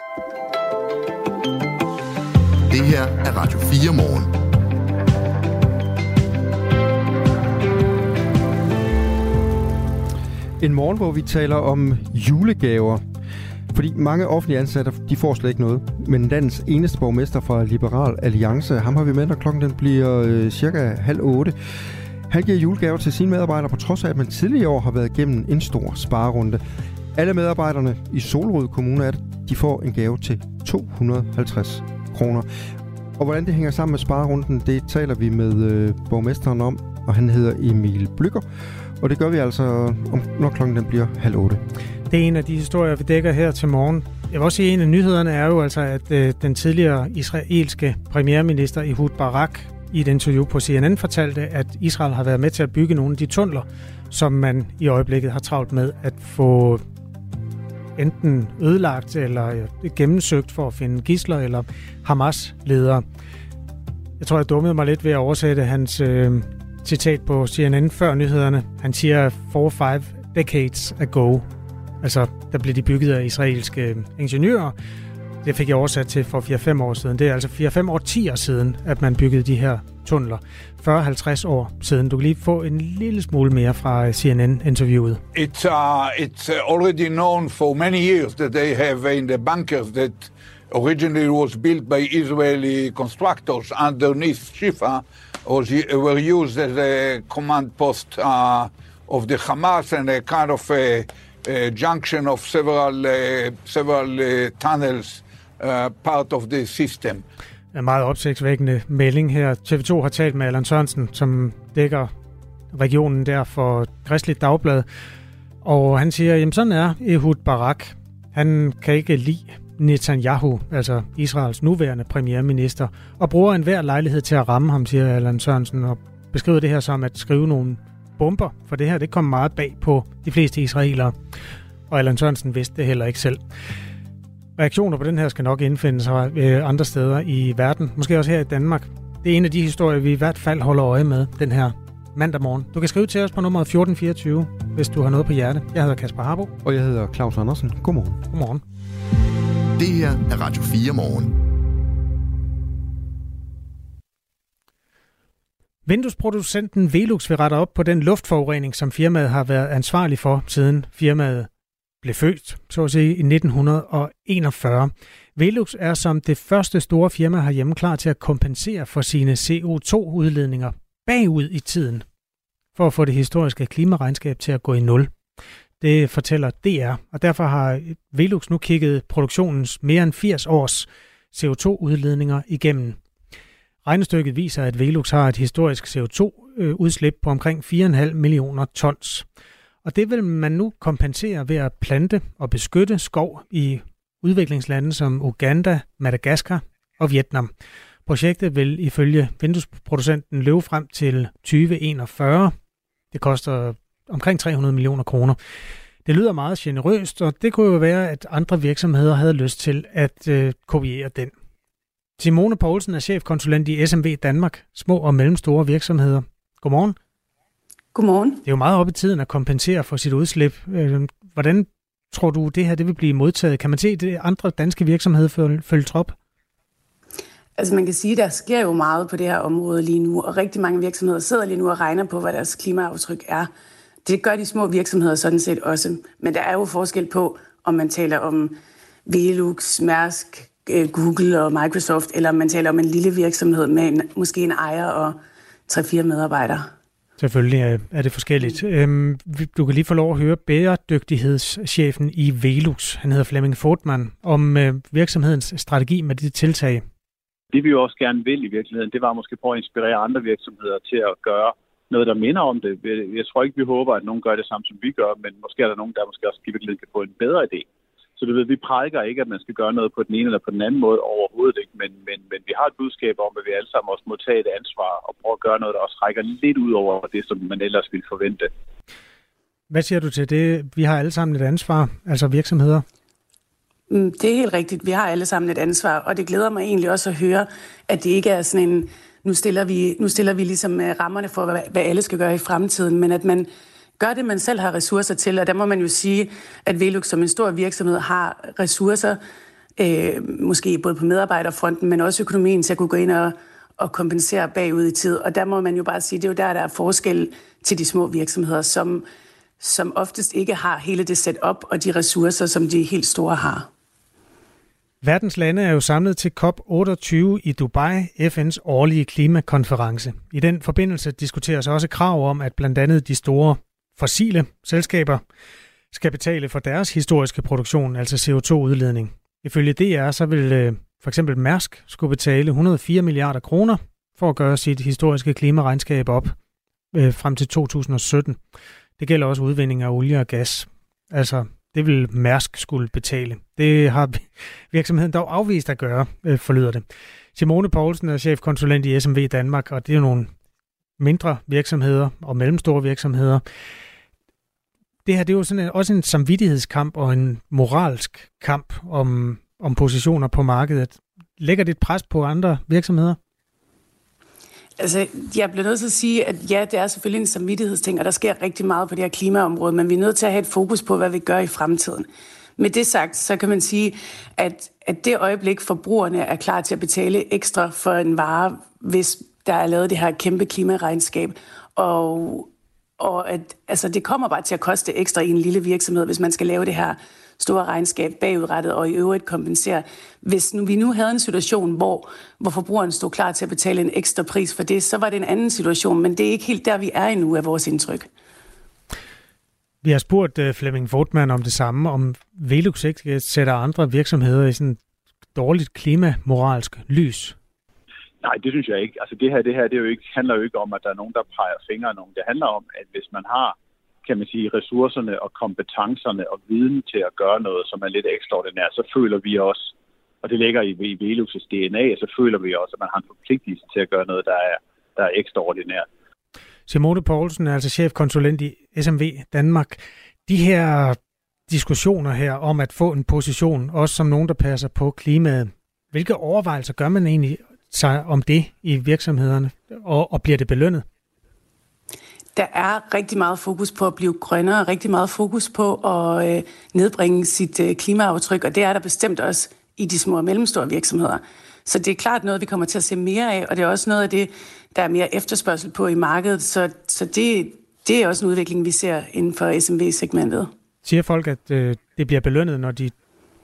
Det her er Radio 4 Morgen. En morgen, hvor vi taler om julegaver. Fordi mange offentlige ansatte, de får slet ikke noget. Men landets eneste borgmester fra Liberal Alliance, ham har vi med, når klokken den bliver cirka 7:30. Han giver julegaver til sine medarbejdere, på trods af, at man tidligere år har været igennem en stor sparerunde. Alle medarbejderne i Solrød Kommune, de får en gave til 250 kroner. Og hvordan det hænger sammen med sparerunden, det taler vi med borgmesteren om, og han hedder Emil Blücher. Og det gør vi altså, når klokken den bliver 7:30. Det er en af de historier, vi dækker her til morgen. Jeg vil også sige, at en af nyhederne er jo altså, at den tidligere israelske premierminister Ehud Barak i et interview på CNN fortalte, at Israel har været med til at bygge nogle af de tunneler, som man i øjeblikket har travlt med at få enten ødelagt eller gennemsøgt for at finde gidsler eller Hamas-ledere. Jeg tror, jeg dummede mig lidt ved at oversætte hans citat på CNN før nyhederne. Han siger 4-5 decades ago. Altså, der blev de bygget af israelske ingeniører. Det fik jeg oversat til for 4-5 år siden. Det er altså 4-5 årtier siden, at man byggede de her tunneler. 40-50 år siden. Du kan lige få en lille smule mere fra CNN-interviewet. It's already known for many years that they have in the bunkers that originally was built by Israeli constructors underneath Shifa were used as a command post of the Hamas and a kind of a junction of several tunnels, part of the system. En meget opsigtsvækkende melding her. TV2 har talt med Allan Sørensen, som dækker regionen der for Kristeligt Dagblad. Og han siger, jamen sådan er Ehud Barak. Han kan ikke lide Netanyahu, altså Israels nuværende premierminister, og bruger enhver lejlighed til at ramme ham, siger Allan Sørensen, og beskriver det her som at skrive nogle bomber, for det her, det kom meget bag på de fleste israelere. Og Allan Sørensen vidste det heller ikke selv. Reaktioner på den her skal nok indfinde sig andre steder i verden, måske også her i Danmark. Det er en af de historier, vi i hvert fald holder øje med den her mandag morgen. Du kan skrive til os på nummeret 1424, hvis du har noget på hjerte. Jeg hedder Kasper Harbo. Og jeg hedder Claus Andersen. Godmorgen. Godmorgen. Det her er Radio 4 Morgen. Vinduesproducenten Velux vil rette op på den luftforurening, som firmaet har været ansvarlig for, siden firmaet blev født, så at sige, i 1941. Velux er som det første store firma herhjemme klar til at kompensere for sine CO2-udledninger bagud i tiden, for at få det historiske klimaregnskab til at gå i nul. Det fortæller DR, og derfor har Velux nu kigget produktionens mere end 80 års CO2-udledninger igennem. Regnestykket viser, at Velux har et historisk CO2-udslip på omkring 4,5 millioner tons. Og det vil man nu kompensere ved at plante og beskytte skov i udviklingslande som Uganda, Madagaskar og Vietnam. Projektet vil ifølge vinduesproducenten løbe frem til 2041. Det koster omkring 300 millioner kroner. Det lyder meget generøst, og det kunne jo være, at andre virksomheder havde lyst til at kopiere den. Simone Poulsen er chefkonsulent i SMV Danmark, små og mellemstore virksomheder. Godmorgen. Godmorgen. Det er jo meget op i tiden at kompensere for sit udslip. Hvordan tror du, det her det vil blive modtaget? Kan man se, at andre danske virksomheder følge trop? Altså man kan sige, at der sker jo meget på det her område lige nu, og rigtig mange virksomheder sidder lige nu og regner på, hvad deres klimaaftryk er. Det gør de små virksomheder sådan set også. Men der er jo forskel på, om man taler om Velux, Mærsk, Google og Microsoft, eller om man taler om en lille virksomhed med måske en ejer og 3-4 medarbejdere. Selvfølgelig er det forskelligt. Du kan lige få lov at høre bæredygtighedschefen i Velux, han hedder Flemming Fortmann, om virksomhedens strategi med det tiltag. Det vi jo også gerne vil i virkeligheden, det var måske prøve at inspirere andre virksomheder til at gøre noget, der minder om det. Jeg tror ikke, vi håber, at nogen gør det samme, som vi gør, men måske er der nogen, der måske også i virkeligheden kan få en bedre idé. Så du ved, vi prædiker ikke, at man skal gøre noget på den ene eller på den anden måde overhovedet ikke, men vi har et budskab om, at vi alle sammen også må tage et ansvar og prøve at gøre noget, der også rækker lidt ud over det, som man ellers ville forvente. Hvad siger du til det? Vi har alle sammen et ansvar, altså virksomheder? Det er helt rigtigt. Vi har alle sammen et ansvar, og det glæder mig egentlig også at høre, at det ikke er sådan en, nu stiller vi ligesom rammerne for, hvad alle skal gøre i fremtiden, men at man gør det, man selv har ressourcer til, og der må man jo sige, at Velux som en stor virksomhed har ressourcer måske både på medarbejderfronten, men også økonomien til at kunne gå ind og kompensere bagud i tid. Og der må man jo bare sige, det er jo der er forskel til de små virksomheder, som oftest ikke har hele det setup og de ressourcer, som de helt store har. Verdens lande er jo samlet til COP28 i Dubai, FN's årlige klimakonference. I den forbindelse diskuteres også krav om, at blandt andet de store fossile selskaber skal betale for deres historiske produktion, altså CO2-udledning. Ifølge DR så vil for eksempel Mærsk skulle betale 104 milliarder kroner for at gøre sit historiske klimaregnskab op frem til 2017. Det gælder også udvinding af olie og gas. Altså, det vil Mærsk skulle betale. Det har virksomheden dog afvist at gøre, forlyder det. Simone Poulsen er chefkonsulent i SMV Danmark, og det er jo nogle mindre virksomheder og mellemstore virksomheder. Det her det er jo sådan også en samvittighedskamp og en moralsk kamp om positioner på markedet. Lægger det et pres på andre virksomheder? Altså, jeg bliver nødt til at sige, at ja, det er selvfølgelig en samvittighedsting, og der sker rigtig meget på det her klimaområde, men vi er nødt til at have et fokus på, hvad vi gør i fremtiden. Med det sagt, så kan man sige, at det øjeblik, forbrugerne er klar til at betale ekstra for en vare, hvis der er lavet det her kæmpe klimaregnskab, og at altså, det kommer bare til at koste ekstra i en lille virksomhed, hvis man skal lave det her store regnskab bagudrettet og i øvrigt kompensere. Hvis vi nu havde en situation, hvor forbrugeren stod klar til at betale en ekstra pris for det, så var det en anden situation, men det er ikke helt der, vi er endnu af vores indtryk. Vi har spurgt Flemming Voigtmann om det samme, om Velux ikke sætter andre virksomheder i sådan et dårligt klimamoralsk lys. Nej, det synes jeg ikke. Altså det her det er jo ikke, handler jo ikke om, at der er nogen, der peger fingre af nogen. Det handler om, at hvis man har, kan man sige, ressourcerne og kompetencerne og viden til at gøre noget, som er lidt ekstraordinært, så føler vi også, og det ligger i Velux' DNA, så føler vi også, at man har en forpligtelse til at gøre noget, der er ekstraordinært. Simone Poulsen er altså chefkonsulent i SMV Danmark. De her diskussioner her om at få en position, også som nogen, der passer på klimaet, hvilke overvejelser gør man egentlig sig om det i virksomhederne, og bliver det belønnet? Der er rigtig meget fokus på at blive grønnere, rigtig meget fokus på at nedbringe sit klimaaftryk, og det er der bestemt også i de små og mellemstore virksomheder. Så det er klart noget, vi kommer til at se mere af, og det er også noget af det, der er mere efterspørgsel på i markedet. Så det er også en udvikling, vi ser inden for SMV-segmentet. Siger folk, at det bliver belønnet, når de,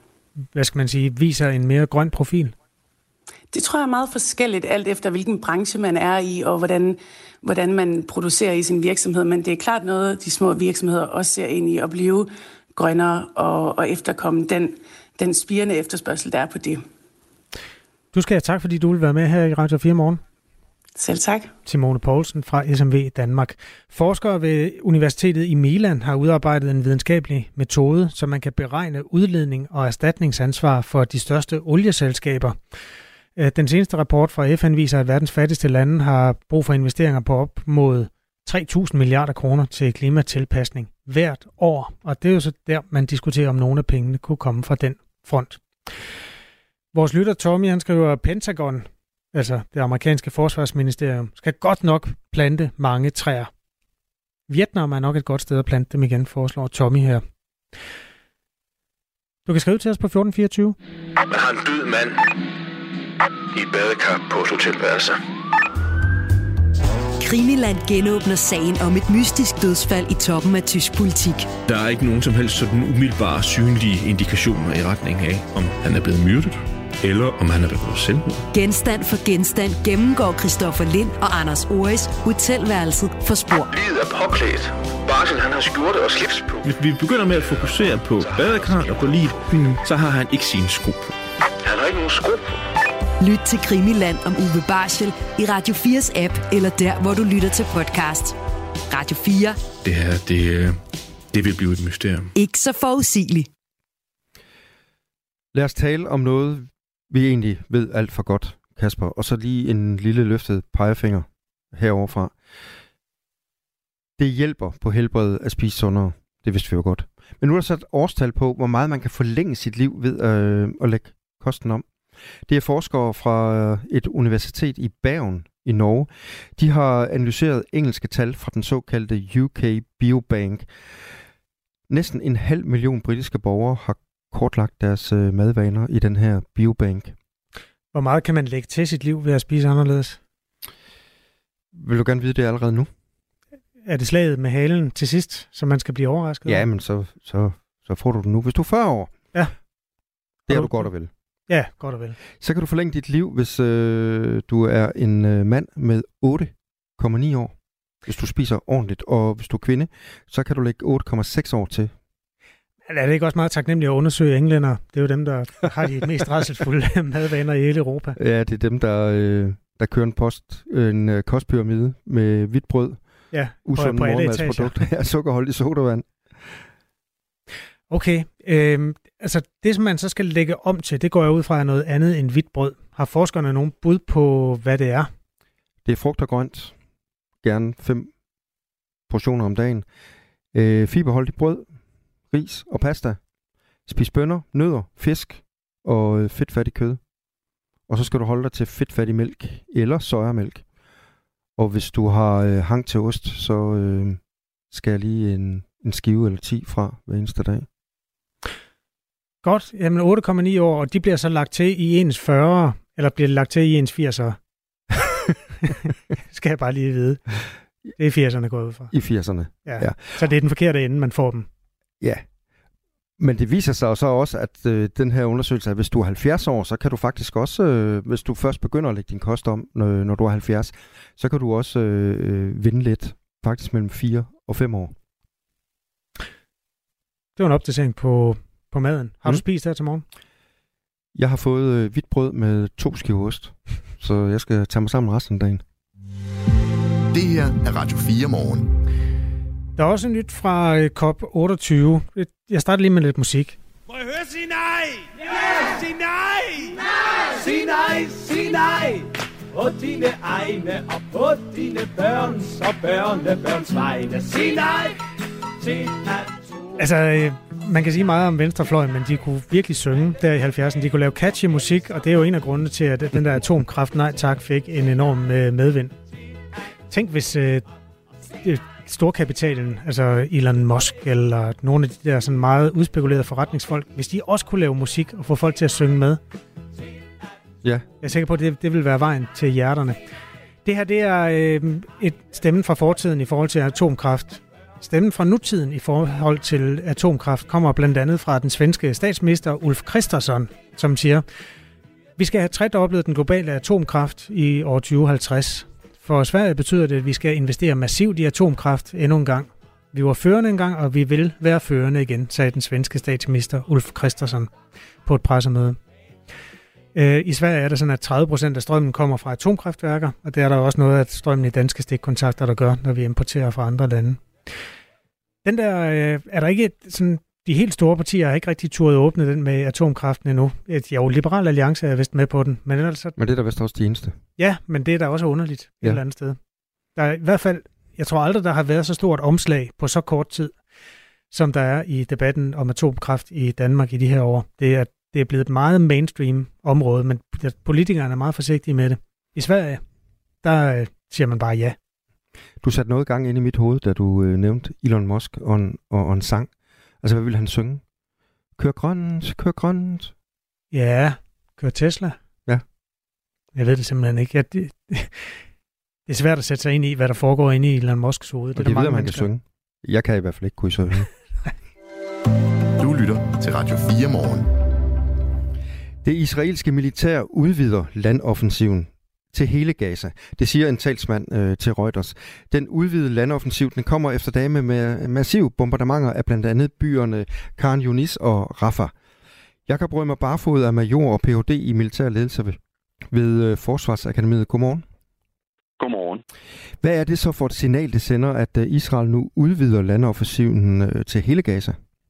viser en mere grøn profil? Det tror jeg er meget forskelligt, alt efter hvilken branche man er i, og hvordan man producerer i sin virksomhed. Men det er klart noget, de små virksomheder også ser ind i at blive grønnere og efterkomme den spirende efterspørgsel, der er på det. Du skal have tak, fordi du vil være med her i Radio 4 morgen. Selv tak. Simone Poulsen fra SMV Danmark. Forskere ved Universitetet i Milan har udarbejdet en videnskabelig metode, så man kan beregne udledning og erstatningsansvar for de største olieselskaber. Den seneste rapport fra FN viser, at verdens fattigste lande har brug for investeringer på op mod 3.000 milliarder kroner til klimatilpasning hvert år. Og det er jo så der, man diskuterer, om nogle af pengene kunne komme fra den front. Vores lytter Tommy, han skriver, at Pentagon, altså det amerikanske forsvarsministerium, skal godt nok plante mange træer. Vietnam er nok et godt sted at plante dem igen, foreslår Tommy her. Du kan skrive til os på 1424. Man har en død mand i badekar på et hotelværelse. Krimiland genåbner sagen om et mystisk dødsfald i toppen af tysk politik. Der er ikke nogen som helst sådan umiddelbare synlige indikationer i retning af, om han er blevet myrdet, eller om han er begået selvmord. Genstand for genstand gennemgår Christoffer Lind og Anders Oris hotelværelset for spor. Liget er påklædt. Barsel, han har skjorte og slips på. Hvis vi begynder med at fokusere på badekarret og på liget, så har han ikke sine sko på. Han har ikke nogen sko på. Lyt til Krimiland om Uwe Barschel i Radio 4's app, eller der, hvor du lytter til podcast. Radio 4. Det her, det vil blive et mysterium. Ikke så forudsigeligt. Lad os tale om noget, vi egentlig ved alt for godt, Kasper. Og så lige en lille løftet pegefinger heroverfra. Det hjælper på helbredet at spise sundere. Det vidste vi jo godt. Men nu er der sat årstal på, hvor meget man kan forlænge sit liv ved at lægge kosten om. Det er forskere fra et universitet i Bergen i Norge. De har analyseret engelske tal fra den såkaldte UK Biobank. Næsten 500.000 britiske borgere har kortlagt deres madvaner i den her biobank. Hvor meget kan man lægge til sit liv ved at spise anderledes? Vil du gerne vide det allerede nu? Er det slaget med halen til sidst, så man skal blive overrasket? Ja, men så får du det nu. Hvis du er 40 år, ja. Det er du godt og vel. Ja, godt og vel. Så kan du forlænge dit liv, hvis du er en mand med 8,9 år. Hvis du spiser ordentligt. Og hvis du er kvinde, så kan du lægge 8,6 år til. Er det ikke også meget taknemmeligt at undersøge englænder? Det er jo dem, der har de mest rædselsfulde madvaner i hele Europa. Ja, det er dem, der kører en kostpyramide med hvidt brød. Ja, usunde morgenmadsprodukter. Sukkerholdig sodavand. Okay. Altså det, som man så skal lægge om til, det går jeg ud fra noget andet end hvidt brød. Har forskerne nogen bud på, hvad det er? Det er frugt og grønt. Gerne 5 portioner om dagen. Fiberholdigt brød, ris og pasta. Spis bønner, nødder, fisk og fedtfattig kød. Og så skal du holde dig til fedtfattig mælk eller sojamælk. Og hvis du har hang til ost, så skal jeg lige en skive eller 10 fra hver eneste dag. Godt. Jamen 8,9 år, og de bliver så lagt til i ens 40'ere, eller bliver lagt til i ens 80'ere? Skal jeg bare lige vide. Det er 80'erne gået ud fra. I 80'erne, ja. Så det er den forkerte ende, man får dem. Ja. Men det viser sig så også, at den her undersøgelse, at hvis du er 70 år, så kan du faktisk også, hvis du først begynder at lægge din kost om, når du er 70, så kan du også vinde lidt, faktisk mellem 4 og 5 år. Det var en opdatering på maden. Har du spist her til morgen? Jeg har fået hvidt brød med 2 skiver ost, så jeg skal tage mig sammen resten af dagen. Det her er Radio 4 morgen. Der er også nyt fra COP28. Jeg starter lige med lidt musik. Må jeg høre sige nej? Ja! Sig nej! Nej! Sig nej, sig nej! På dine egne og på dine børns og børnebørns vegne. Sig nej til atom. Altså, man kan sige meget om venstrefløjen, men de kunne virkelig synge der i 70'erne. De kunne lave catchy musik, og det er jo en af grundene til, at den der atomkraft, nej tak, fik en enorm medvind. Tænk, hvis storkapitalen, altså Elon Musk eller nogle af de der sådan meget udspekulerede forretningsfolk, hvis de også kunne lave musik og få folk til at synge med. Ja. Jeg er sikker på, at det vil være vejen til hjerterne. Det her, det er et stemmen fra fortiden i forhold til atomkraft. Stemmen fra nutiden i forhold til atomkraft kommer blandt andet fra den svenske statsminister Ulf Kristersson, som siger, vi skal have tredoblet den globale atomkraft i år 2050. For Sverige betyder det, at vi skal investere massivt i atomkraft endnu en gang. Vi var førende engang, og vi vil være førende igen, sagde den svenske statsminister Ulf Kristersson på et pressemøde. I Sverige er det sådan, at 30% af strømmen kommer fra atomkraftværker, og det er der også noget af strømmen i danske stikkontakter, der gør, når vi importerer fra andre lande. Den der, er der ikke sådan, de helt store partier har ikke rigtig turet åbne den med atomkraften endnu. Jo, Liberal Alliance er vist med på den. Men det er da vist også de eneste. Ja, men det er da også underligt et eller andet sted. Der er i hvert fald, jeg tror aldrig, der har været så stort omslag på så kort tid, som der er i debatten om atomkraft i Danmark i de her år. Det er blevet et meget mainstream område, men politikerne er meget forsigtige med det. I Sverige, der siger man bare ja. Du satte noget gang ind i mit hoved, da du nævnte Elon Musk og en sang. Altså, hvad ville han synge? Kør grønt, kør grønt. Ja, kør Tesla. Ja. Jeg ved det simpelthen ikke. Det er svært at sætte sig ind i, hvad der foregår inde i Elon Musks hoved. Det er mange man kan synge. Jeg kan i hvert fald ikke kunne synge. Du lytter til Radio 4 morgen. Det israelske militær udvider landoffensiven til hele Gaza. Det siger en talsmand til Reuters. Den udvidede landoffensiv, den kommer efter dage med massive bombardementer af blandt andet byerne Khan Yunis og Rafah. Jakob Rømer Barfod er major og Ph.D. i militær ledelse ved Forsvarsakademiet. Godmorgen. Godmorgen. Hvad er det så for et signal, det sender, at Israel nu udvider landoffensiven til hele Gaza?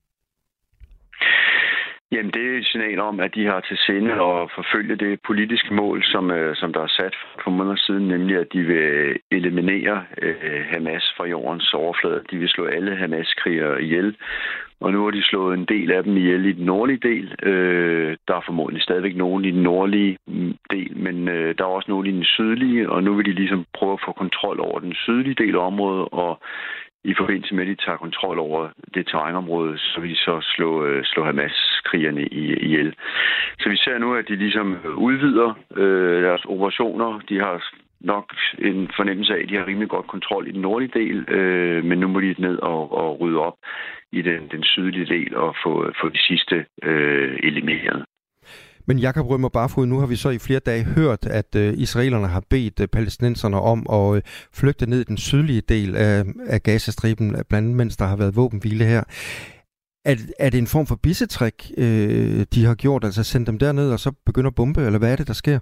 Jamen, det er et signal om, at de har til sinde at forfølge det politiske mål, som der er sat for måneder siden, nemlig at de vil eliminere Hamas fra jordens overflade. De vil slå alle Hamas-krigere ihjel, og nu har de slået en del af dem ihjel i den nordlige del. Der er formodentlig stadigvæk nogen i den nordlige del, men der er også nogen i den sydlige, og nu vil de ligesom prøve at få kontrol over den sydlige del af området, og i forbindelse med, at de tager kontrol over det terrænområde, så vil de så slå Hamas-krigerne ihjel. Så vi ser nu, at de ligesom udvider deres operationer. De har nok en fornemmelse af, at de har rimelig godt kontrol i den nordlige del, men nu må de ned og rydde op i den sydlige del og få de sidste elimineret. Men Jakob Rømer Barfod, nu har vi så i flere dage hørt, at israelerne har bedt palæstinenserne om at flygte ned i den sydlige del af Gazastriben, blandt andet mens der har været våbenhvile her. Er det en form for bissetrik, de har gjort, altså sendt dem derned og så begynder at bombe, eller hvad er det, der sker?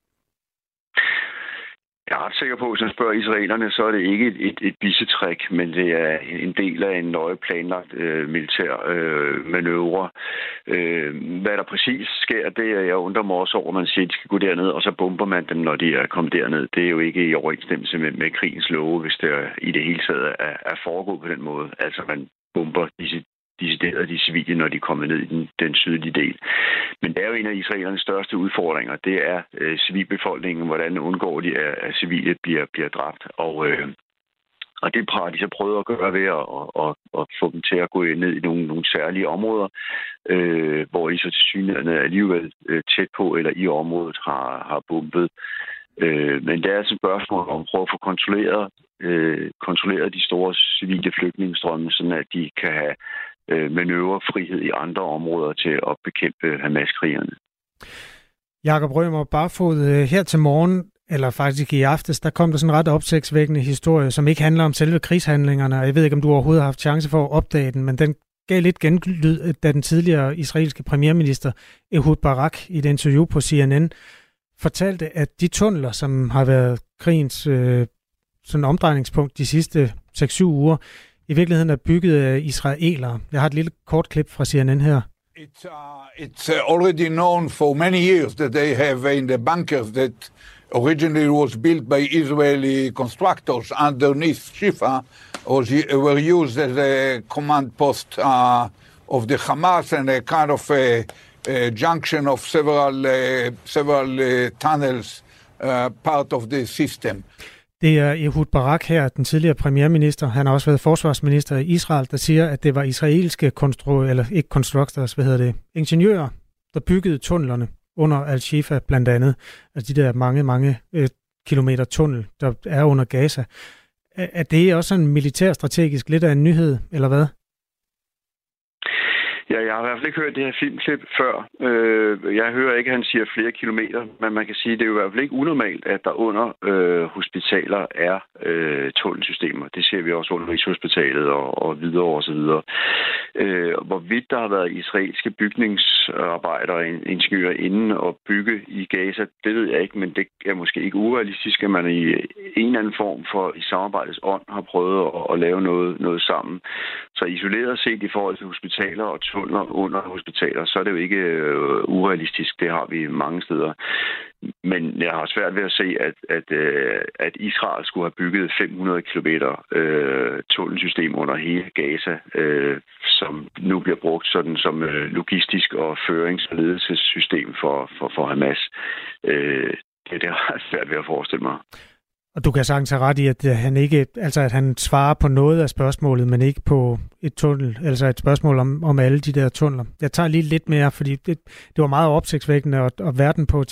Jeg er ret sikker på, at hvis man spørger israelerne, så er det ikke et bissetrik, men det er en del af en nøje planlagt militær manøvre. Hvad der præcis sker, det er, jeg undrer mig også over, at man siger, at de skal gå derned, og så bomber man dem, når de er kommet derned. Det er jo ikke i overensstemmelse med krigens love, hvis det i det hele taget er foregået på den måde. Altså man bomber de civile, når de kommer ned i den sydlige del. Men det er jo en af israelernes største udfordringer. Det er civilbefolkningen, hvordan undgår de, at civile bliver dræbt. Og det har de så prøvet at gøre ved at få dem til at gå ned i nogle særlige områder, hvor de så tilsyneladende alligevel tæt på eller i området har bombet. Men det er altså et spørgsmål om at prøve at få kontrolleret de store civile flygtningestrømme, sådan at de kan have manøvrefrihed i andre områder til at bekæmpe Hamas-krigerne. Jakob Rømer Barfod, her til morgen, eller faktisk i aftes, der kom der sådan en ret opsigtsvækkende historie, som ikke handler om selve krigshandlingerne, og jeg ved ikke, om du overhovedet har haft chance for at opdage den, men den gav lidt genlyd, da den tidligere israelske premierminister Ehud Barak i et interview på CNN fortalte, at de tunneler, som har været krigens sådan omdrejningspunkt de sidste 6-7 uger, i virkeligheden er bygget af israelere. Jeg har et lille kort klip fra CNN her. It's already known for many years that they have in the bunkers that originally was built by Israeli constructors underneath Shifa, were used as a command post of the Hamas and a kind of a junction of several tunnels, part of the system. Det er Ehud Barak her, den tidligere premierminister. Han har også været forsvarsminister i Israel, der siger, at det var israelske ingeniører, der byggede tunnelerne under Al-Shifa blandt andet. Altså de der mange kilometer tunnel, der er under Gaza. Er det også en militærstrategisk lidt af en nyhed, eller hvad? Ja, jeg har i hvert fald ikke hørt det her filmklip før. Jeg hører ikke, at han siger flere kilometer, men man kan sige, at det er jo i hvert fald ikke unormalt, at der under hospitaler er tunnelsystemer. Det ser vi også under Rigshospitalet og videre og så videre. Hvorvidt der har været israelske bygningsarbejdere og ingeniører inden og bygge i Gaza, det ved jeg ikke, men det er måske ikke urealistisk, at man i en eller anden form for i samarbejdets ånd har prøvet at lave noget sammen. Så isoleret set i forhold til hospitaler og tunneler under hospitaler, så er det jo ikke urealistisk. Det har vi mange steder. Men jeg har svært ved at se, at Israel skulle have bygget 500 kilometer tunnelsystem under hele Gaza, som nu bliver brugt sådan som logistisk og førings- og ledelsessystem for Hamas. Det har jeg svært ved at forestille mig. Og du kan sagtens have ret i, at at han svarer på noget af spørgsmålet, men ikke på et tunnel, altså et spørgsmål om alle de der tunneler. Jeg tager lige lidt mere, fordi det var meget opsigtsvækkende, og verden på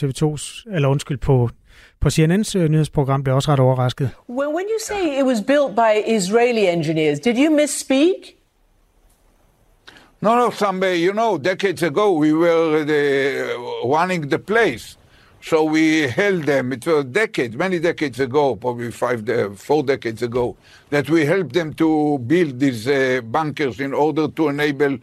på CNN's nyhedsprogram blev også ret overrasket. When you say it was built by Israeli engineers, did you misspeak? No, decades ago we were running the place. So we held them. It was many decades ago, probably 4 decades ago, that we helped them to build these bunkers in order to enable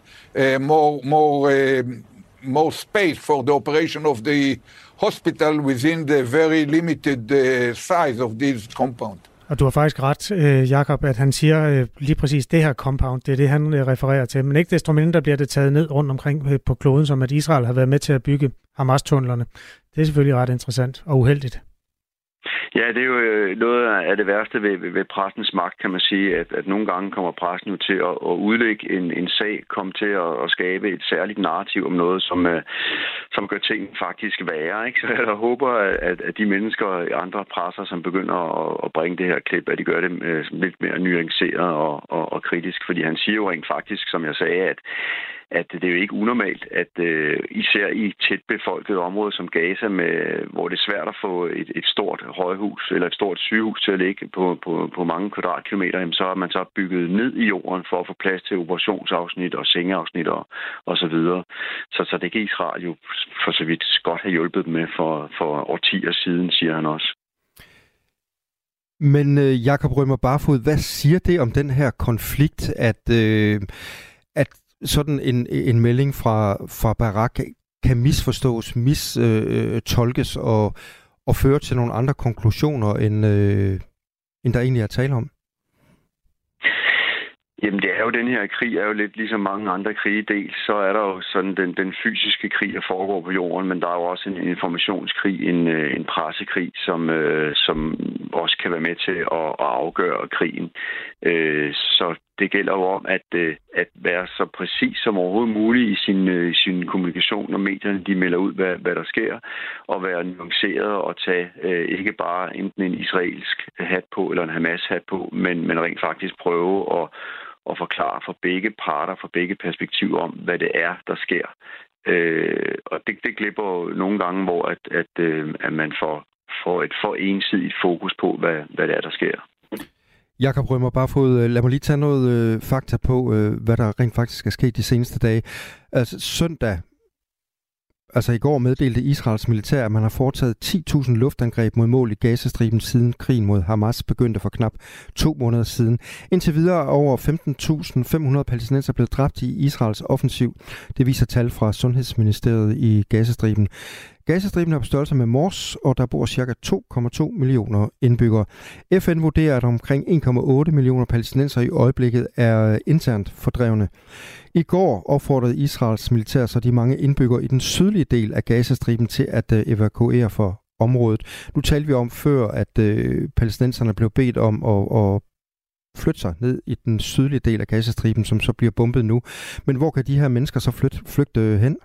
more space for the operation of the hospital within the very limited size of this compound. Og du har faktisk ret, Jakob, at han siger lige præcis det her compound, det er det, han refererer til. Men ikke desto mindre bliver det taget ned rundt omkring på kloden, som at Israel har været med til at bygge Hamas-tunnelerne. Det er selvfølgelig ret interessant og uheldigt. Ja, det er jo noget af det værste ved pressens magt, kan man sige, at nogle gange kommer pressen jo til at udlægge en sag, komme til at skabe et særligt narrativ om noget, som gør ting faktisk værre. Ikke? Så jeg håber, at de mennesker i andre presser, som begynder at bringe det her klip, at de gør det lidt mere nuanceret og kritisk, fordi han siger jo rent faktisk, som jeg sagde, at det er jo ikke unormalt, at især i tæt befolkede områder som Gaza, hvor det er svært at få et stort højhus eller et stort sygehus til at ligge på mange kvadratkilometer, så har man så bygget ned i jorden for at få plads til operationsafsnit og sengeafsnit og så videre. Så det kan Israel jo for så vidt godt have hjulpet dem med for årtier siden, siger han også. Men Jakob Rømer Barfod, hvad siger det om den her konflikt, at sådan en melding fra Barak kan misforstås, mistolkes og føre til nogle andre konklusioner, end der egentlig er tale om? Jamen, det er jo den her krig, er jo lidt ligesom mange andre krige. Dels så er der jo sådan den fysiske krig, der foregår på jorden, men der er jo også en informationskrig, en pressekrig, som også kan være med til at afgøre krigen. Så det gælder jo om at være så præcis som overhovedet muligt i sin kommunikation, når medierne de melder ud, hvad der sker, og være nuanceret og tage ikke bare enten en israelsk hat på eller en Hamas-hat på, men rent faktisk prøve at forklare for begge parter, for begge perspektiver om, hvad det er, der sker. Og det glipper jo nogle gange, hvor at man får et for ensidigt fokus på, hvad det er, der sker. Jakob Rømer Barfod, lad mig lige tage noget fakta på, hvad der rent faktisk er sket de seneste dage. Altså søndag, altså i går meddelte Israels militær, at man har foretaget 10.000 luftangreb mod mål i Gazastriben siden krigen mod Hamas begyndte for knap 2 måneder siden. Indtil videre er over 15.500 palæstinenser blevet dræbt i Israels offensiv. Det viser tal fra Sundhedsministeriet i Gazastriben. Gazastriben er på størrelse med Mors, og der bor ca. 2,2 millioner indbyggere. FN vurderer, at omkring 1,8 millioner palæstinenser i øjeblikket er internt fordrevne. I går opfordrede Israels militær så de mange indbyggere i den sydlige del af Gazastriben til at evakuere for området. Nu talte vi om før, at palæstinenserne blev bedt om at flytte sig ned i den sydlige del af Gazastriben, som så bliver bombet nu. Men hvor kan de her mennesker så flygte hen?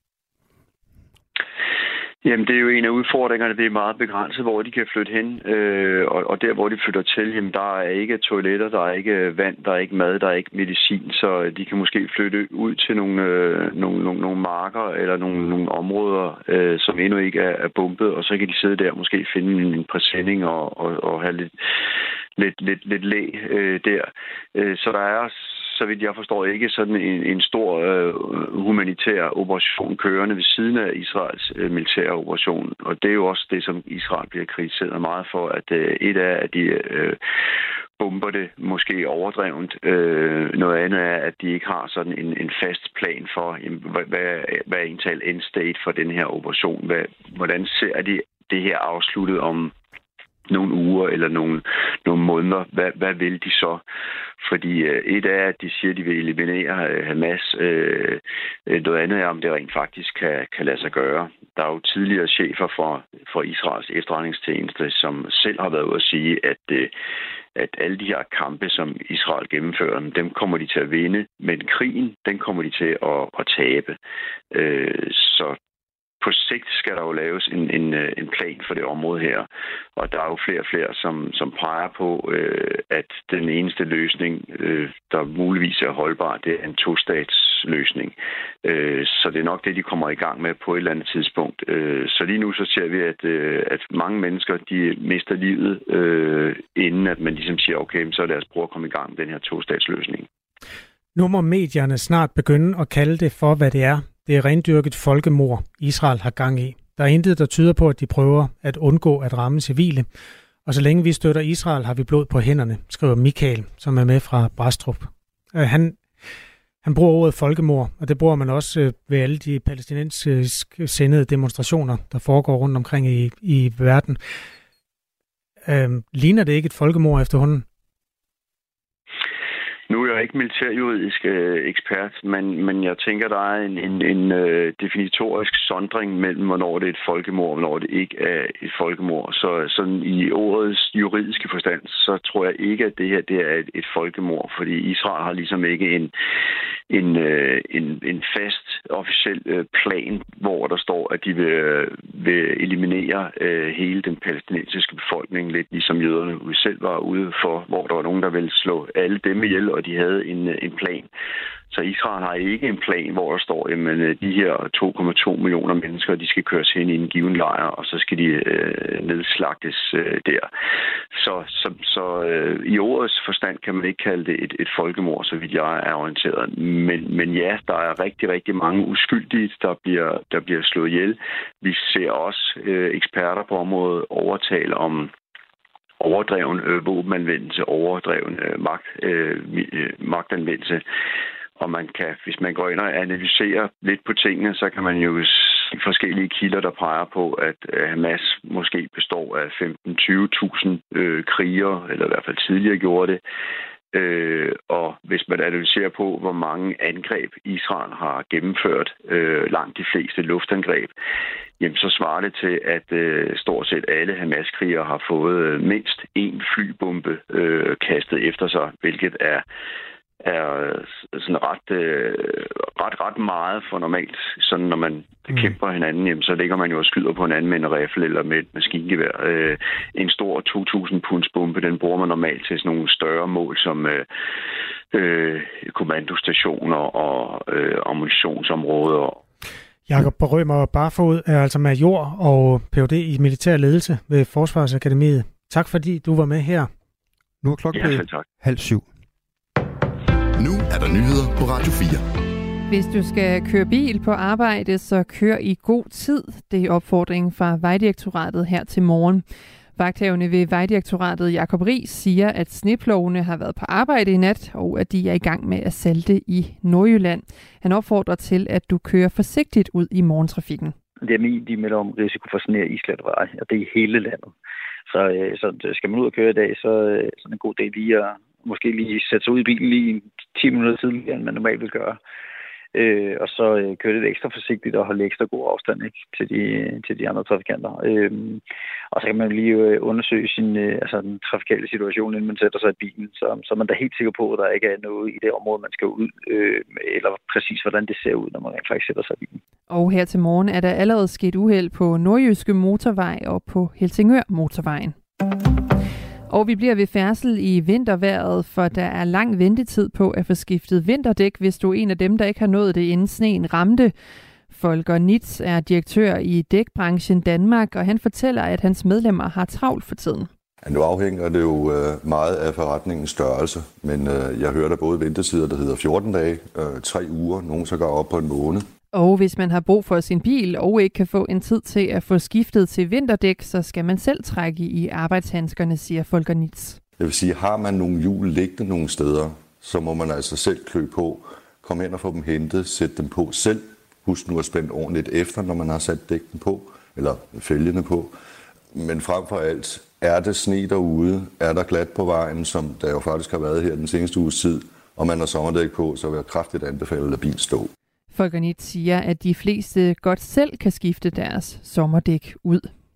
Jamen, det er jo en af udfordringerne. Det er meget begrænset, hvor de kan flytte hen. Og der, hvor de flytter til, jamen, der er ikke toiletter, der er ikke vand, der er ikke mad, der er ikke medicin. Så de kan måske flytte ud til nogle marker eller nogle områder, som endnu ikke er bombet. Og så kan de sidde der og måske finde en præsending og have lidt læ der. Så der er, så vidt jeg forstår, ikke sådan en stor humanitær operation kørende ved siden af Israels militære operation. Og det er jo også det, som Israel bliver kritiseret meget for, at et af at de bomber det måske overdrevent. Noget andet er, at de ikke har sådan en fast plan for, hvad er egentlig endstate for den her operation. Hvordan ser de det her afsluttet om nogle uger eller nogle måneder? Hvad vil de så? Fordi et er, at de siger, at de vil eliminere Hamas. Noget andet er, om det rent faktisk kan lade sig gøre. Der er jo tidligere chefer for Israels efterretningstjeneste, som selv har været ude at sige, at alle de her kampe, som Israel gennemfører, dem kommer de til at vinde, men krigen, den kommer de til at tabe. Så på sigt skal der jo laves en plan for det område her. Og der er jo flere og flere, som peger på, at den eneste løsning, der muligvis er holdbar, det er en 2-statsløsning. Så det er nok det, de kommer i gang med på et eller andet tidspunkt. Så lige nu så ser vi, at mange mennesker, de mister livet, inden at man ligesom siger, okay, så lad os prøve at komme i gang med den her 2-statsløsning. Nu må medierne snart begynde at kalde det for, hvad det er. Det er rendyrket folkemord, Israel har gang i. Der er intet, der tyder på, at de prøver at undgå at ramme civile. Og så længe vi støtter Israel, har vi blod på hænderne, skriver Michael, som er med fra Brastrup. Han bruger ordet folkemord, og det bruger man også ved alle de palæstinensisk sindede demonstrationer, der foregår rundt omkring i verden. Ligner det ikke et folkemord efterhånden? Nu er jeg ikke militærjuridisk ekspert, men jeg tænker, der er en definitorisk sondring mellem, hvornår det er et folkemord, og hvornår det ikke er et folkemord. Så sådan i ordets juridiske forstand, så tror jeg ikke, at det her det er et folkemord, fordi Israel har ligesom ikke en fast officiel plan, hvor der står, at de vil eliminere hele den palæstinensiske befolkning, lidt ligesom jøderne selv var ude for, hvor der var nogen, der ville slå alle dem ihjel, og de havde en plan. Så Israel har ikke en plan, hvor der står, at de her 2,2 millioner mennesker, de skal køres hen i en given lejr, og så skal de nedslagtes der. Så i ordets forstand kan man ikke kalde det et folkemord, så vidt jeg er orienteret. Men ja, der er rigtig, rigtig mange uskyldige, der bliver slået ihjel. Vi ser også eksperter på området overtale om overdreven våbenanvendelse, overdreven magtanvendelse. Og man kan, hvis man går ind og analyserer lidt på tingene, så kan man jo se forskellige kilder, der peger på, at Hamas måske består af 15-20.000 krigere, eller i hvert fald tidligere gjorde det. Og hvis man analyserer på, hvor mange angreb Israel har gennemført, langt de fleste luftangreb, jamen så svarer det til, at stort set alle Hamas-krigere har fået mindst én flybombe kastet efter sig, hvilket er sådan ret meget for normalt. Sådan når man bekæmper hinanden, jamen, så ligger man jo og skyder på hinanden med en riffel eller med et maskingevær. En stor 2.000 punds bombe, den bruger man normalt til sådan nogle større mål som kommandostationer og ammunitionsområder. Jakob Rømer Barfod er altså major og Ph.D. i militær ledelse ved Forsvarsakademiet. Tak fordi du var med her. Nu er klokken 6:30. Nu er der nyheder på Radio 4. Hvis du skal køre bil på arbejde, så kør i god tid. Det er opfordringen fra Vejdirektoratet her til morgen. Vagthavende ved Vejdirektoratet Jakob Ries siger, at sneplovene har været på arbejde i nat, og at de er i gang med at salte i Nordjylland. Han opfordrer til, at du kører forsigtigt ud i morgentrafikken. DMI melder om risiko for sne- og isletveje, og det er i hele landet. Så skal man ud og køre i dag, så er det en god dag lige at måske lige sætte sig ud i bilen lige 10 minutter tidligere, end man normalt vil gøre. Og så køre lidt ekstra forsigtigt og holde ekstra god afstand, ikke, til de andre trafikanter. Og så kan man lige undersøge den trafikale situation, inden man sætter sig i bilen, så man er helt sikker på, at der ikke er noget i det område, man skal ud, eller præcis hvordan det ser ud, når man faktisk sætter sig i bilen. Og her til morgen er der allerede sket uheld på Nordjyske Motorvej og på Helsingør Motorvejen. Og vi bliver ved færdsel i vintervejret, for der er lang ventetid på at få skiftet vinterdæk, hvis du er en af dem, der ikke har nået det, inden sneen ramte. Volker Nitz er direktør i Dækbranchen Danmark, og han fortæller, at hans medlemmer har travlt for tiden. Nu afhænger det jo meget af forretningens størrelse, men jeg hører der både ventetider, der hedder 14 dage, 3 uger, nogen så går op på en måned. Og hvis man har brug for sin bil og ikke kan få en tid til at få skiftet til vinterdæk, så skal man selv trække i arbejdshandskerne, siger Volker Nitz. Det vil sige, har man nogle hjul liggende nogle steder, så må man altså selv klø på, komme ind og få dem hentet, sætte dem på selv. Husk nu at spænde ordentligt efter, når man har sat dækken på, eller fælgene på. Men frem for alt, er det sne derude, er der glat på vejen, som der jo faktisk har været her den seneste uges tid, og man har sommerdæk på, så vil jeg kraftigt anbefale at lade bil stå. Volker Nitz siger, at de fleste godt selv kan skifte deres sommerdæk ud.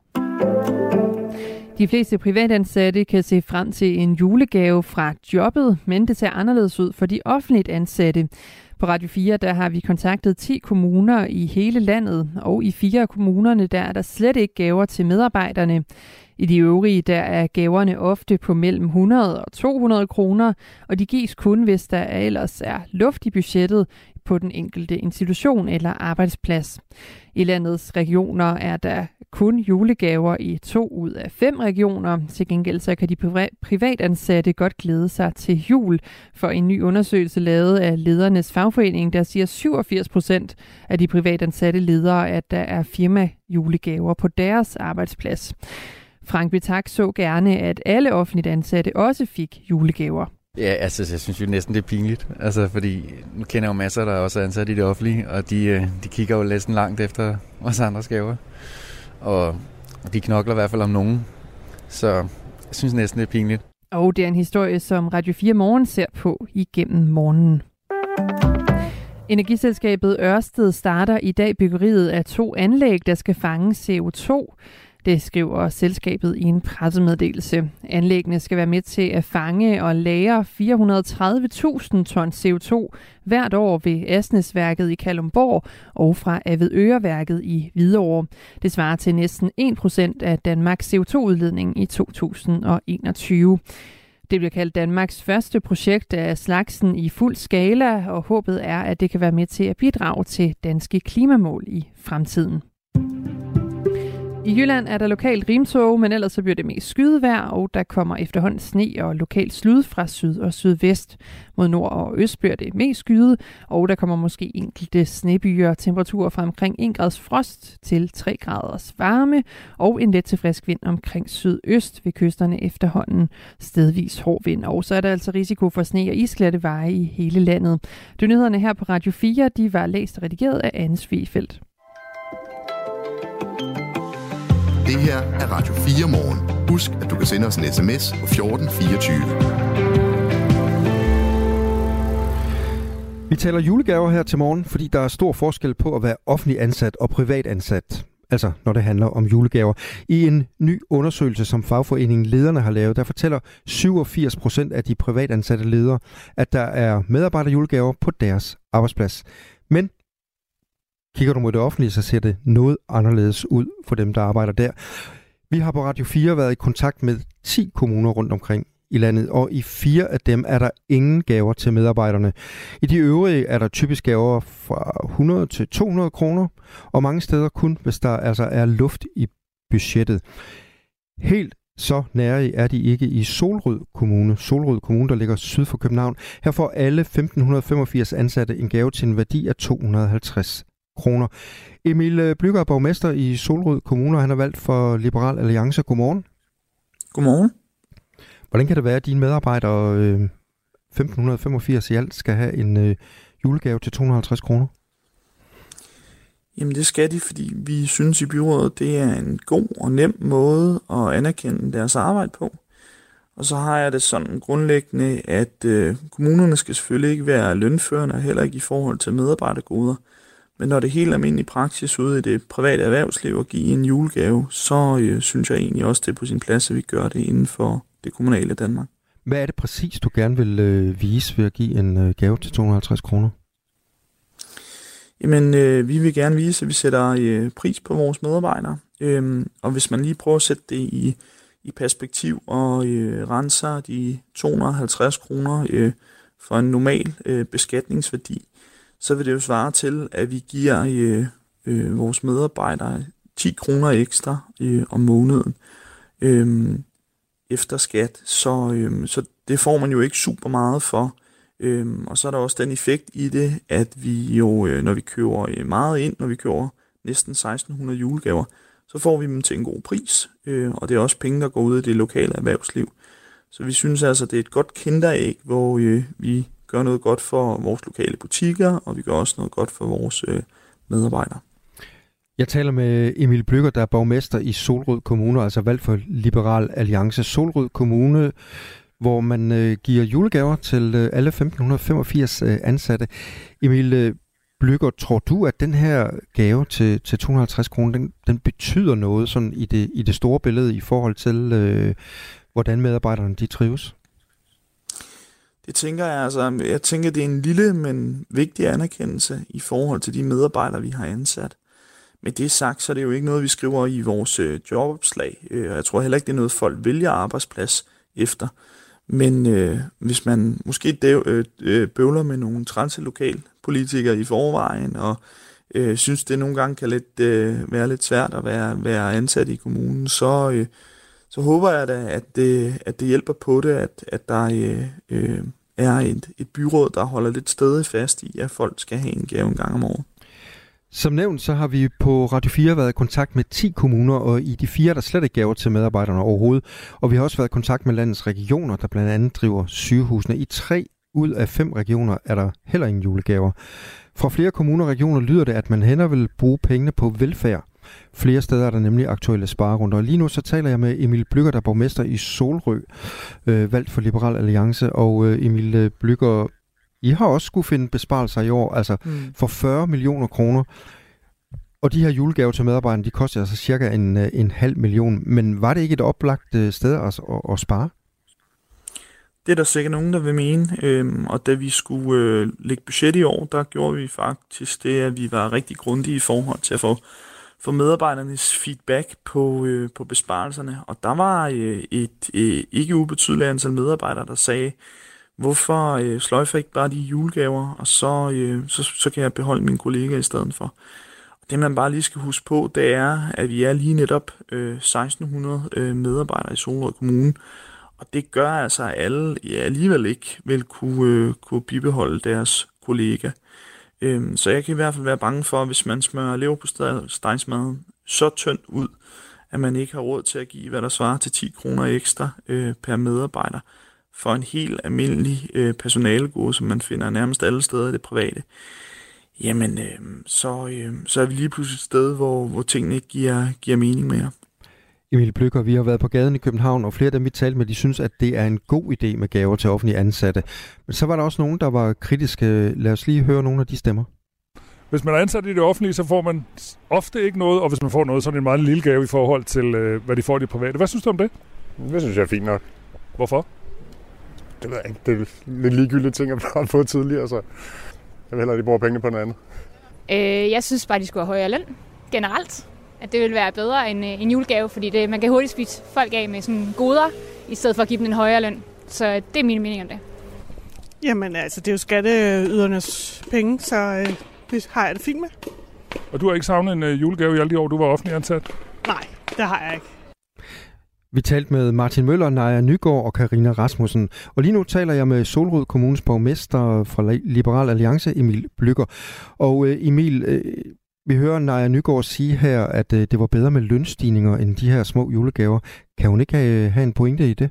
De fleste privatansatte kan se frem til en julegave fra jobbet, men det ser anderledes ud for de offentligt ansatte. På Radio 4 der har vi kontaktet 10 kommuner i hele landet, og i 4 af kommunerne der er der slet ikke gaver til medarbejderne. I de øvrige der er gaverne ofte på mellem 100 og 200 kroner, og de gives kun, hvis der ellers er luft i budgettet på den enkelte institution eller arbejdsplads. I landets regioner er der kun julegaver i 2 ud af 5 regioner. Til gengæld så kan de privatansatte godt glæde sig til jul. For en ny undersøgelse lavet af ledernes fagforening, der siger 87% af de privatansatte ledere, at der er firma-julegaver på deres arbejdsplads. Frank Betak så gerne, at alle offentligt ansatte også fik julegaver. Ja, altså jeg synes jo næsten det er pinligt, altså fordi nu kender jeg jo masser, der også er ansat i det offentlige, og de kigger jo næsten langt efter os andres gaver, og de knokler i hvert fald om nogen, så jeg synes næsten det er pinligt. Og det er en historie, som Radio 4 Morgen ser på igennem morgenen. Energiselskabet Ørsted starter i dag byggeriet af 2 anlæg, der skal fange CO2. Det skriver selskabet i en pressemeddelelse. Anlæggene skal være med til at fange og lagre 430.000 ton CO2 hvert år ved Asnæsværket i Kalundborg og fra Avedøreværket i Hvidovre. Det svarer til næsten 1% af Danmarks CO2-udledning i 2021. Det bliver kaldt Danmarks første projekt af slagsen i fuld skala, og håbet er, at det kan være med til at bidrage til danske klimamål i fremtiden. I Jylland er der lokalt rimtog, men ellers så bliver det mest skydevejr, og der kommer efterhånden sne og lokalt slud fra syd og sydvest. Mod nord og øst bliver det mest skyde, og der kommer måske enkelte snebyer, temperaturer fra omkring 1 grads frost til 3 graders varme, og en let til frisk vind omkring sydøst ved kysterne efterhånden stedvis hård vind. Og så er der altså risiko for sne og isglatte veje i hele landet. De nyhederne her på Radio 4, de var læst og redigeret af Anne Svigfeldt. Det her er Radio 4 Morgen. Husk, at du kan sende os en sms på 1424. Vi taler julegaver her til morgen, fordi der er stor forskel på at være offentlig ansat og privat ansat. Altså, når det handler om julegaver. I en ny undersøgelse, som fagforeningen Lederne har lavet, der fortæller 87% af de privatansatte ledere, at der er medarbejderjulegaver på deres arbejdsplads. Men kigger du mod det offentlige, så ser det noget anderledes ud for dem, der arbejder der. Vi har på Radio 4 været i kontakt med 10 kommuner rundt omkring i landet, og i 4 af dem er der ingen gaver til medarbejderne. I de øvrige er der typisk gaver fra 100 til 200 kroner, og mange steder kun, hvis der altså er luft i budgettet. Helt så nære er de ikke i Solrød Kommune. Solrød Kommune, der ligger syd for København. Her får alle 1585 ansatte en gave til en værdi af 250 kroner. Emil Blücher er borgmester i Solrød Kommune, og han er valgt for Liberal Alliance. Godmorgen. Godmorgen. Hvordan kan det være, at dine medarbejdere 1585 i alt skal have en julegave til 250 kroner? Jamen det skal de, fordi vi synes i byrådet, det er en god og nem måde at anerkende deres arbejde på. Og så har jeg det sådan grundlæggende, at kommunerne skal selvfølgelig ikke være lønførende, heller ikke i forhold til medarbejdergoder. Men når det er helt almindelig praksis ude i det private erhvervsliv at give en julegave, så synes jeg egentlig også, det er på sin plads, at vi gør det inden for det kommunale Danmark. Hvad er det præcis, du gerne vil vise ved at give en gave til 250 kroner? Jamen, vi vil gerne vise, at vi sætter pris på vores medarbejdere. Og hvis man lige prøver at sætte det i perspektiv og renser de 250 kroner for en normal beskatningsværdi, så vil det jo svare til, at vi giver vores medarbejdere 10 kroner ekstra om måneden efter skat. Så det får man jo ikke super meget for. Og så er der også den effekt i det, at vi jo, når vi køber meget ind, når vi køber næsten 1600 julegaver, så får vi dem til en god pris. Og det er også penge, der går ud i det lokale erhvervsliv. Så vi synes altså, det er et godt kinderæg, hvor vi gør noget godt for vores lokale butikker, og vi gør også noget godt for vores medarbejdere. Jeg taler med Emil Blücher, der er borgmester i Solrød Kommune, altså valgt for Liberal Alliance. Solrød Kommune, hvor man giver julegaver til alle 1585 ansatte. Emil Blücher, tror du, at den her gave til 250 kroner, den betyder noget sådan i det store billede i forhold til, hvordan medarbejderne de trives? Det tænker jeg altså. Jeg tænker, det er en lille, men vigtig anerkendelse i forhold til de medarbejdere, vi har ansat. Med det sagt, så er det jo ikke noget, vi skriver i vores jobopslag. Og jeg tror heller ikke, det er noget, folk vælger arbejdsplads efter. Men hvis man måske bøvler med nogle trænse lokalpolitikere i forvejen, og synes, det nogle gange kan være lidt svært at være ansat i kommunen, så håber jeg da, at det hjælper på det, at der er et byråd, der holder lidt stædigt fast i, at folk skal have en gave en gang om året. Som nævnt, så har vi på Radio 4 været i kontakt med 10 kommuner, og i de 4 der slet ikke gaver til medarbejderne overhovedet. Og vi har også været i kontakt med landets regioner, der blandt andet driver sygehusene. I 3 ud af 5 regioner er der heller ingen julegaver. Fra flere kommuner og regioner lyder det, at man hellere vil bruge pengene på velfærd Flere steder er der nemlig aktuelle sparerunder. Og lige nu så taler jeg med Emil Blücher, der er borgmester i Solrød, valgt for Liberal Alliance. Og Emil Blücher, I har også skulle finde besparelser i år, altså for 40 millioner kroner. Og de her julegaver til medarbejderne, de koster altså cirka en halv million. Men var det ikke et oplagt sted at spare? Det er der sikkert nogen, der vil mene. Og da vi skulle lægge budget i år, der gjorde vi faktisk det, at vi var rigtig grundige i forhold til at få medarbejdernes feedback på besparelserne. Og der var et ikke ubetydeligt antal medarbejdere, der sagde, hvorfor sløjfer ikke bare de julegaver, og så kan jeg beholde mine kollegaer i stedet for. Det man bare lige skal huske på, det er, at vi er lige netop 1600 medarbejdere i Solrød Kommune, og det gør altså, at alle alligevel ikke vil kunne bibeholde deres kollega. Så jeg kan i hvert fald være bange for, hvis man smører leverpostejsmaden så tyndt ud, at man ikke har råd til at give, hvad der svarer til 10 kroner ekstra per medarbejder for en helt almindelig personalegode, som man finder nærmest alle steder i det private. Jamen, så er vi lige pludselig et sted, hvor tingene ikke giver mening mere. Emil Blücher, vi har været på gaden i København, og flere af dem, vi talte med, de synes, at det er en god idé med gaver til offentlige ansatte. Men så var der også nogen, der var kritiske. Lad os lige høre nogle af de stemmer. Hvis man er ansat i det offentlige, så får man ofte ikke noget, og hvis man får noget, så er det en meget lille gave i forhold til, hvad de får i det private. Hvad synes du om det? Det synes jeg er fint nok. Hvorfor? Det ved jeg ikke. Det er lidt ligegyldige ting, jeg har fået tidligere, så jeg vil hellere, at de bruger pengene på noget andet. Jeg synes bare, de skulle have højere løn generelt. At det vil være bedre end en julegave, fordi man kan hurtigt spise folk af med sådan goder, i stedet for at give dem en højere løn. Så det er mine meninger om det. Jamen altså, det er jo skatteydernes penge, så det har jeg det fint med. Og du har ikke savnet en julegave i alle de år, du var offentlig ansat? Nej, det har jeg ikke. Vi talte med Martin Møller, Naja Nygaard og Karina Rasmussen. Og lige nu taler jeg med Solrød Kommunes borgmester fra Liberal Alliance, Emil Blücher. Og Emil, vi hører Naja Nygaard sige her, at det var bedre med lønstigninger end de her små julegaver. Kan hun ikke have en pointe i det?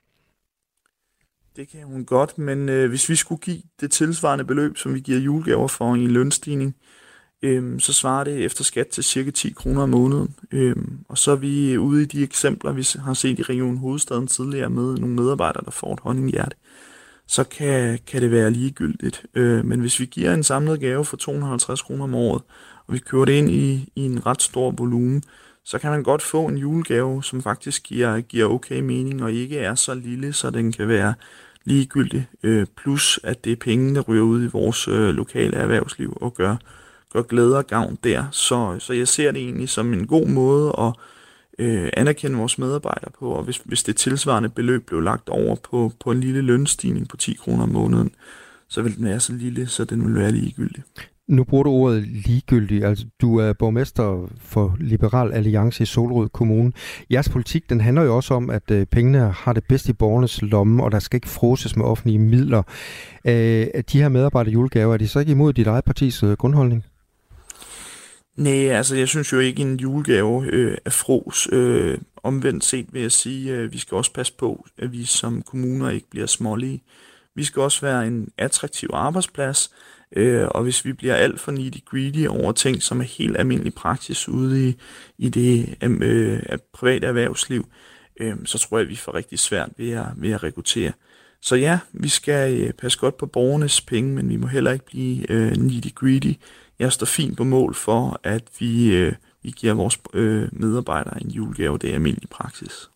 Det kan hun godt, men hvis vi skulle give det tilsvarende beløb, som vi giver julegaver for i en lønstigning, så svarer det efter skat til cirka 10 kroner om måneden. Og så er vi ude i de eksempler, vi har set i Region Hovedstaden tidligere med nogle medarbejdere, der får et honninghjerte. Så kan det være ligegyldigt. Men hvis vi giver en samlet gave for 250 kroner om året, og vi kører det ind i en ret stor volumen, så kan man godt få en julegave, som faktisk giver okay mening, og ikke er så lille, så den kan være ligegyldig. Plus at det er penge, der ryger ud i vores lokale erhvervsliv og gør glæde og gavn der. Så jeg ser det egentlig som en god måde at anerkende vores medarbejdere på, og hvis det tilsvarende beløb blev lagt over på en lille lønstigning på 10 kroner om måneden, så vil den være så lille, så den vil være ligegyldig. Nu bruger du ordet ligegyldig. Altså, du er borgmester for Liberal Alliance i Solrød Kommune. Jeres politik, den handler jo også om, at pengene har det bedst i borgernes lomme, og der skal ikke fråses med offentlige midler. De her medarbejder julegaver, er de så ikke imod dit eget partis grundholdning? Nej, altså jeg synes jo ikke, en julegave er frås. Omvendt set vil jeg sige, at vi skal også passe på, at vi som kommuner ikke bliver smålige. Vi skal også være en attraktiv arbejdsplads, og hvis vi bliver alt for nitty-gritty over ting, som er helt almindelig praksis ude i det private erhvervsliv, så tror jeg, at vi får rigtig svært ved at rekruttere. Så ja, vi skal passe godt på borgernes penge, men vi må heller ikke blive nitty-gritty. Jeg står fint på mål for, at vi giver vores medarbejdere en julegave. Det er almindelig praksis.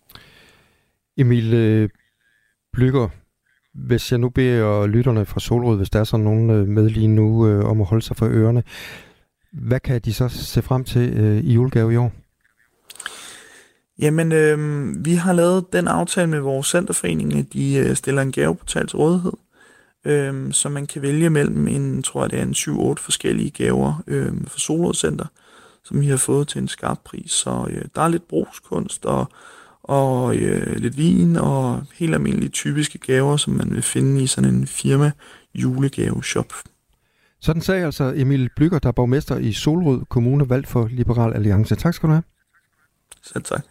Emil Blücher, hvis jeg nu beder lytterne fra Solrød, hvis der er sådan nogen med lige nu, om at holde sig for ørerne, hvad kan de så se frem til i julegave i år? Jamen, vi har lavet den aftale med vores centerforening, at de stiller en gaveportal til rådighed, så man kan vælge mellem en 7-8 forskellige gaver for Solrød Center, som vi har fået til en skarp pris. Så der er lidt brugskunst og lidt vin og helt almindelige typiske gaver, som man vil finde i sådan en firma julegaveshop. Sådan sagde altså Emil Blücher, der er borgmester i Solrød Kommune, valgt for Liberal Alliance. Tak skal du have. Selv tak.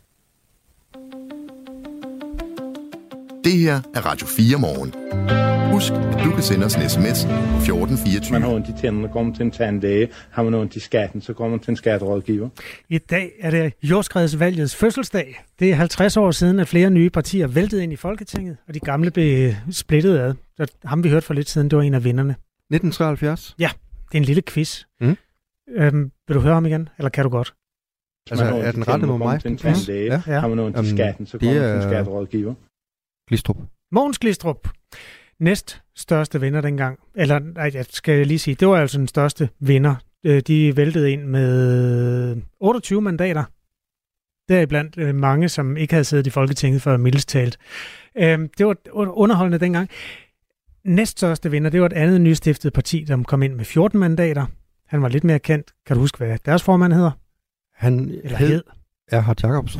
Det her er Radio 4 morgen. Husk, at du kan sende os en sms på 1424. Man har ondt i tænderne, går man til en tandlæge. Har man ondt i skatten, så går man til en skatterådgiver. I dag er det jordskredsvalgets fødselsdag. Det er 50 år siden, at flere nye partier væltede ind i Folketinget, og de gamle blev splittet ad. Så ham vi hørte for lidt siden, det var en af vinderne. 1973? Ja, det er en lille quiz. Mm. Vil du høre ham igen, eller kan du godt? Altså, er den rettet mod mig? Ja. Har man ondt i skatten, så går man til en skatterådgiver. Glistrup. Mogens Glistrup. Næst største vinder dengang. Eller, nej, jeg skal lige sige, det var altså den største vinder. De væltede ind med 28 mandater. Deriblandt mange, som ikke havde siddet i Folketinget før mildest talt. Det var underholdende dengang. Næststørste vinder, det var et andet nystiftet parti, der kom ind med 14 mandater. Han var lidt mere kendt. Kan du huske, hvad deres formand hedder? Han hed Erhard Jacobsen.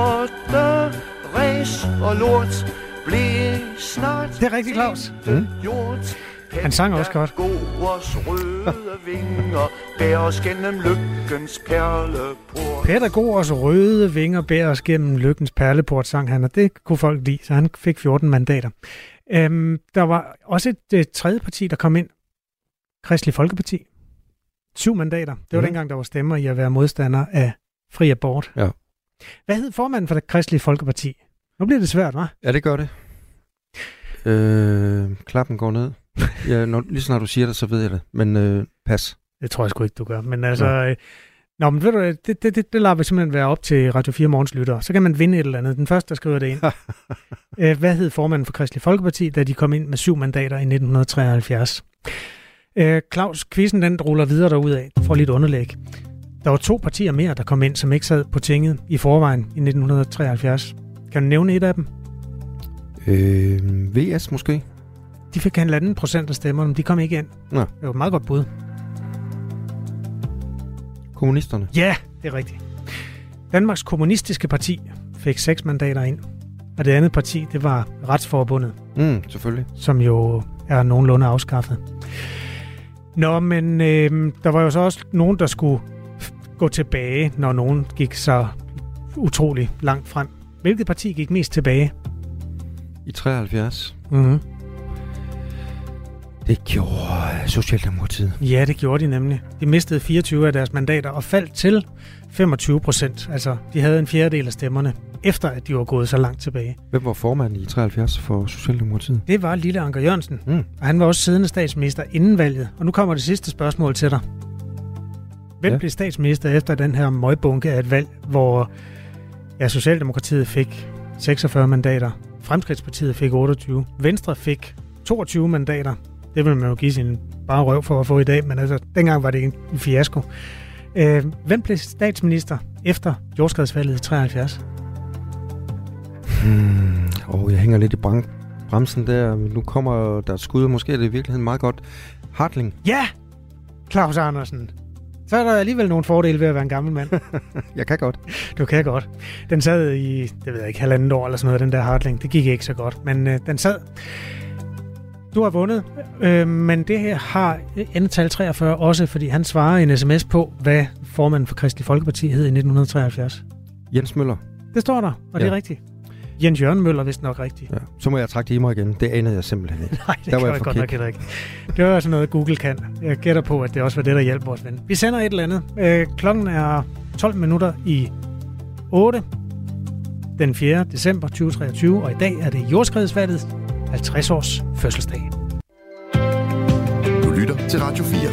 Det er rigtig, Claus. Han sang også godt. Peter Gors røde vinger bærer os gennem lykkens perleport, sang han, og det kunne folk lide, så han fik 14 mandater. Der var også et tredje parti, der kom ind. Kristelig Folkeparti. 7 mandater. Det var dengang, der var stemmer i at være modstander af fri abort. Ja. Hvad hed formanden for det Kristelige Folkeparti? Nu bliver det svært, hva'? Ja, det gør det. Klappen går ned. Ja, lige så når du siger det, så ved jeg det. Men pas. Det tror jeg sgu ikke, du gør. Men altså... Nå, men ved du, det lader vi simpelthen være op til Radio 4 Morgens lyttere. Så kan man vinde et eller andet. Den første, der skriver det ind. Hvad hed formanden for Kristelig Folkeparti, da de kom ind med 7 mandater i 1973? Claus, quizzen den ruller videre derudad. Du får lidt underlæg. Der var 2 partier mere, der kom ind, som ikke sad på tinget i forvejen i 1973. Kan du nævne et af dem? VS måske? De fik 1,5% af stemmerne, men de kom ikke ind. Nå. Det var et meget godt bud. Kommunisterne? Ja, det er rigtigt. Danmarks Kommunistiske Parti fik 6 mandater ind. Og det andet parti, det var Retsforbundet. Selvfølgelig. Som jo er nogenlunde afskaffet. Nå, men der var jo så også nogen, der skulle gå tilbage, når nogen gik så utrolig langt frem. Hvilket parti gik mest tilbage? I 73. Mm-hmm. Det gjorde Socialdemokratiet. Ja, det gjorde de nemlig. De mistede 24 af deres mandater og faldt til 25%. Altså, de havde en fjerdedel af stemmerne, efter at de var gået så langt tilbage. Hvem var formanden i 73 for Socialdemokratiet? Det var Lille Anker Jørgensen. Og han var også siddende statsminister inden valget. Og nu kommer det sidste spørgsmål til dig. Hvem blev statsminister efter den her møgbunke af et valg, hvor Socialdemokratiet fik 46 mandater, Fremskridtspartiet fik 28, Venstre fik 22 mandater. Det vil man jo give sin bare røv for at få i dag, men altså, dengang var det en fiasko. Hvem blev statsminister efter jordskredsvalget i 73? Jeg hænger lidt i bremsen der. Nu kommer der et skud, måske er det i virkeligheden meget godt. Hartling. Ja! Claus Andersen. Så er der alligevel nogle fordele ved at være en gammel mand. Jeg kan godt. Du kan godt. Den sad i, det ved jeg ikke, 1,5 år eller sådan noget, den der Hartling. Det gik ikke så godt, men den sad. Du har vundet, men det her har endetal 43 også, fordi han svarer en sms på, hvad formanden for Kristelig Folkeparti hed i 1973. Jens Møller. Det står der, og det er rigtigt. Jens Jørgen Møller, vist nok rigtigt. Ja. Så må jeg trække det i mig igen. Det anede jeg simpelthen ikke. Nej, det kan jeg godt nok heller ikke. Det var sådan noget, Google kan. Jeg gætter på, at det også var det, der hjalp vores ven. Vi sender et eller andet. Klokken er 12 minutter i 8. Den 4. december 2023, og i dag er det jordskredsvalget 50 års fødselsdag. Du lytter til Radio 4.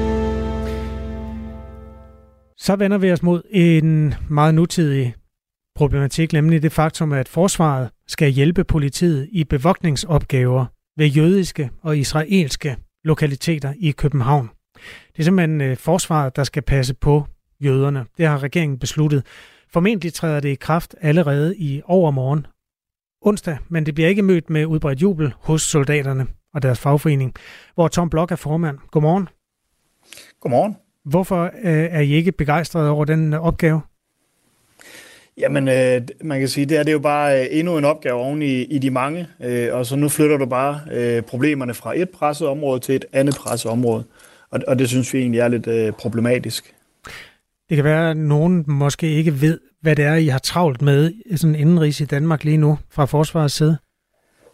Så vender vi os mod en meget nutidig problematik, nemlig det faktum, at forsvaret skal hjælpe politiet i bevogtningsopgaver ved jødiske og israelske lokaliteter i København. Det er simpelthen forsvaret, der skal passe på jøderne. Det har regeringen besluttet. Formentlig træder det i kraft allerede i overmorgen onsdag, men det bliver ikke mødt med udbredt jubel hos soldaterne og deres fagforening, hvor Tom Blok er formand. Godmorgen. Godmorgen. Hvorfor er I ikke begejstrede over den opgave? Jamen, man kan sige, det er jo bare endnu en opgave oven i de mange, og så nu flytter du bare problemerne fra et presseområde til et andet presseområde, og det synes vi egentlig er lidt problematisk. Det kan være, at nogen måske ikke ved, hvad det er, I har travlt med sådan indenrigs i Danmark lige nu fra forsvarets side.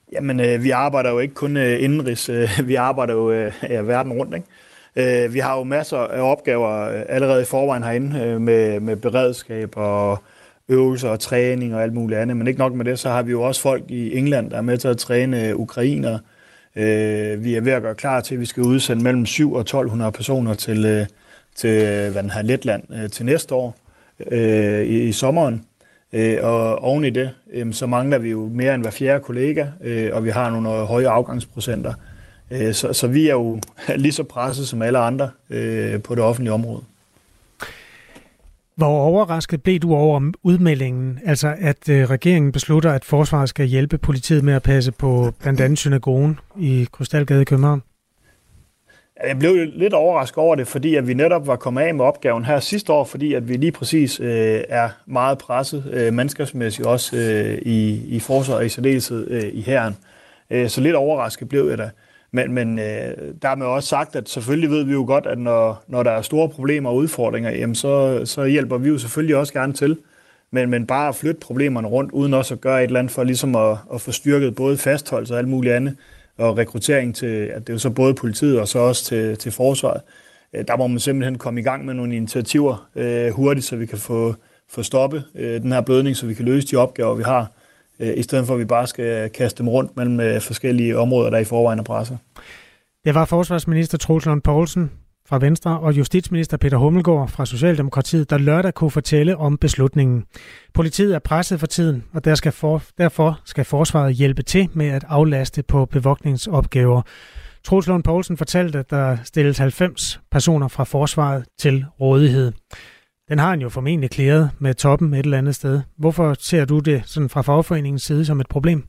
Jamen, vi arbejder jo ikke kun indenrigs, vi arbejder jo verden rundt, ikke? Vi har jo masser af opgaver allerede i forvejen herinde med beredskab og øvelser og træning og alt muligt andet, men ikke nok med det, så har vi jo også folk i England, der er med til at træne ukrainere. Vi er ved at gøre klar til, at vi skal udsende mellem 7 og 1200 personer til Letland til næste år i sommeren. Og oven i det, så mangler vi jo mere end hver fjerde kollega, og vi har nogle høje afgangsprocenter. Så vi er jo lige så presset som alle andre på det offentlige område. Hvor overrasket blev du over udmeldingen, altså at regeringen beslutter, at forsvaret skal hjælpe politiet med at passe på blandt andet synagogen i Krystalgade i København? Jeg blev lidt overrasket over det, fordi at vi netop var kommet af med opgaven her sidste år, fordi at vi lige præcis er meget presset, mandskabsmæssigt også i forsvaret og i særdeleshed i hæren. Så lidt overrasket blev jeg da. Men der er man også sagt, at selvfølgelig ved vi jo godt, at når der er store problemer og udfordringer, jamen så hjælper vi jo selvfølgelig også gerne til. Men bare at flytte problemerne rundt, uden også at gøre et eller andet for ligesom at få styrket både fastholdelse og alt muligt andet, og rekruttering til, at det er jo så både politiet og så også til forsvaret. Der må man simpelthen komme i gang med nogle initiativer hurtigt, så vi kan få stoppet den her blødning, så vi kan løse de opgaver, vi har, i stedet for at vi bare skal kaste dem rundt mellem forskellige områder, der i forvejen er presset. Det var forsvarsminister Troels Lund Poulsen fra Venstre og justitsminister Peter Hummelgaard fra Socialdemokratiet, der lørdag kunne fortælle om beslutningen. Politiet er presset for tiden, og derfor skal forsvaret hjælpe til med at aflaste på bevogtningsopgaver. Troels Lund Poulsen fortalte, at der stilles 90 personer fra forsvaret til rådighed. Den har han jo formentlig klaret med toppen et eller andet sted. Hvorfor ser du det sådan fra fagforeningens side som et problem?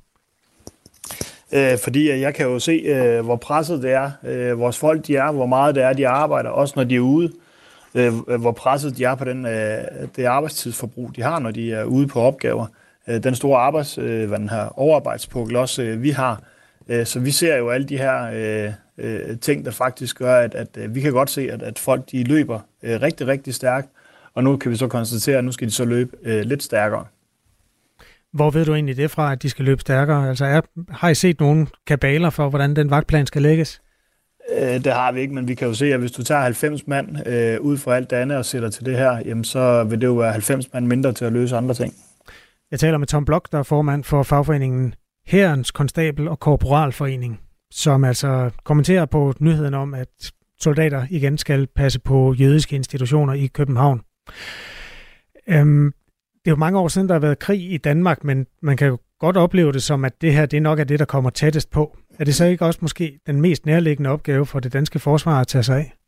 Fordi jeg kan jo se, hvor presset det er, vores folk de er, hvor meget det er, de arbejder, også når de er ude. Hvor presset de er på det arbejdstidsforbrug, de har, når de er ude på opgaver. Den store overarbejdspukkel også vi har. Så vi ser jo alle de her ting, der faktisk gør, at vi kan godt se, at folk de løber rigtig, rigtig stærkt. Og nu kan vi så konstatere, at nu skal de så løbe lidt stærkere. Hvor ved du egentlig det fra, at de skal løbe stærkere? Altså har I set nogle kabaler for, hvordan den vagtplan skal lægges? Det har vi ikke, men vi kan jo se, at hvis du tager 90 mand ud fra alt det andet og sætter til det her, jamen så vil det jo være 90 mand mindre til at løse andre ting. Jeg taler med Tom Blok, der er formand for fagforeningen Hærens Konstabel- og Korporalforening, som altså kommenterer på nyheden om, at soldater igen skal passe på jødiske institutioner i København. Det er jo mange år siden, der har været krig i Danmark, men man kan jo godt opleve det som, at det her det nok er det, der kommer tættest på. Er det så ikke også måske den mest nærliggende opgave for det danske forsvar at tage sig af?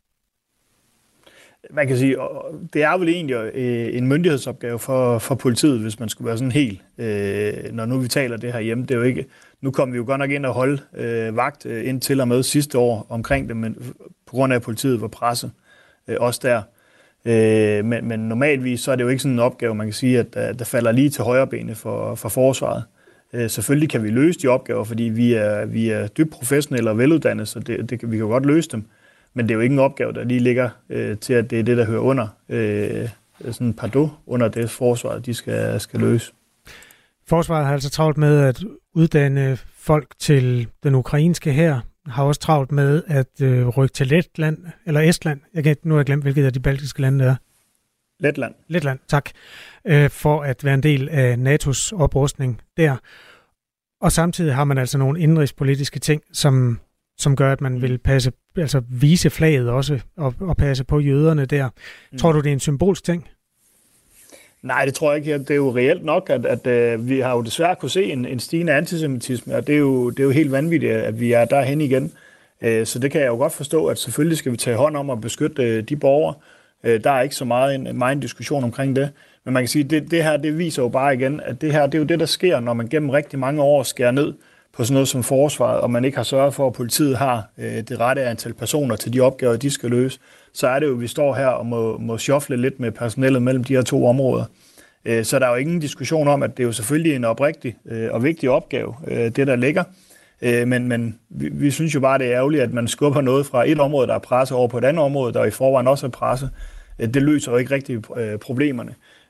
Man kan sige, det er vel egentlig en myndighedsopgave for politiet, hvis man skulle være sådan helt, når nu vi taler det her hjemme. Det er jo ikke, nu kom vi jo godt nok ind og holde vagt indtil og med sidste år omkring det, men på grund af, at politiet var presset, også der. Men normalvis så er det jo ikke sådan en opgave, man kan sige, at der falder lige til højrebenet for forsvaret. Selvfølgelig kan vi løse de opgaver, fordi vi er dybt professionelle og veluddannede, så vi kan jo godt løse dem. Men det er jo ikke en opgave, der lige ligger til, at det er det, der hører under sådan en pardon under det forsvaret, de skal løse. Forsvaret har altså travlt med at uddanne folk til den ukrainske hær, har også travlt med at rykke til Letland, eller Estland. Nu har jeg glemt, hvilket af de baltiske lande er. Letland, tak. For at være en del af NATO's oprustning der. Og samtidig har man altså nogle indenrigspolitiske ting, som gør, at man vil vise flaget også, og passe på jøderne der. Tror du, det er en symbolsk ting? Nej, det tror jeg ikke. Det er jo reelt nok, at vi har jo desværre kunne se en stigende antisemitisme, og det er jo helt vanvittigt, at vi er derhen igen. Så det kan jeg jo godt forstå, at selvfølgelig skal vi tage hånd om at beskytte de borgere. Der er ikke så meget diskussion omkring det. Men man kan sige, at det her det viser jo bare igen, at det her det er jo det, der sker, når man gennem rigtig mange år skærer ned på sådan noget som forsvaret, og man ikke har sørget for, at politiet har det rette antal personer til de opgaver, de skal løse, så er det jo, at vi står her og må shuffle lidt med personellet mellem de her to områder. Så der er jo ingen diskussion om, at det er jo selvfølgelig en oprigtig og vigtig opgave, det der ligger. Men vi synes jo bare, det er ærgerligt, at man skubber noget fra et område, der er presset over på et andet område, der i forvejen også er presset. Det løser jo ikke rigtig problemerne.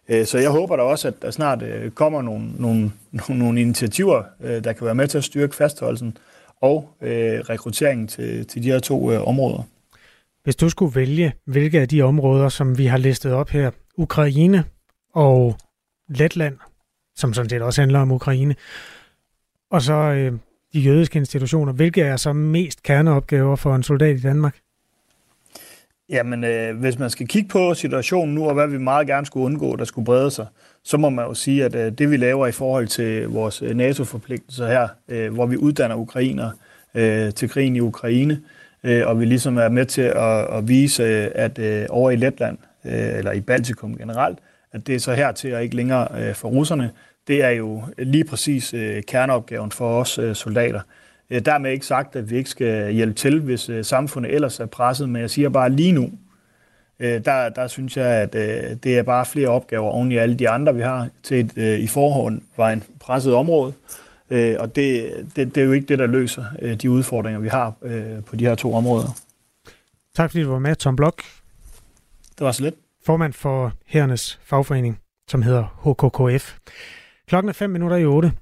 Så jeg håber da også, at der snart kommer nogle initiativer, der kan være med til at styrke fastholdelsen og rekrutteringen til de her 2 områder. Hvis du skulle vælge, hvilke af de områder, som vi har listet op her, Ukraine og Letland, som sådan set også handler om Ukraine, og så de jødiske institutioner, hvilke er så mest kerneopgaver for en soldat i Danmark? Jamen, hvis man skal kigge på situationen nu, og hvad vi meget gerne skulle undgå, der skulle brede sig, så må man jo sige, at det vi laver i forhold til vores NATO-forpligtelser her, hvor vi uddanner ukrainere til krigen i Ukraine, og vi ligesom er med til at vise, at over i Letland, eller i Baltikum generelt, at det er så hertil og ikke længere for russerne, det er jo lige præcis kerneopgaven for os soldater. Dermed ikke sagt, at vi ikke skal hjælpe til, hvis samfundet ellers er presset, men jeg siger bare lige nu, der synes jeg, at det er bare flere opgaver oven i alle de andre, vi har til i forhold var en presset område, og det er jo ikke det, der løser de udfordringer, vi har på de her 2 områder. Tak fordi du var med, Tom Blok. Det var så lidt. Formand for Hærernes fagforening, som hedder HKKF. Klokken er 8:05.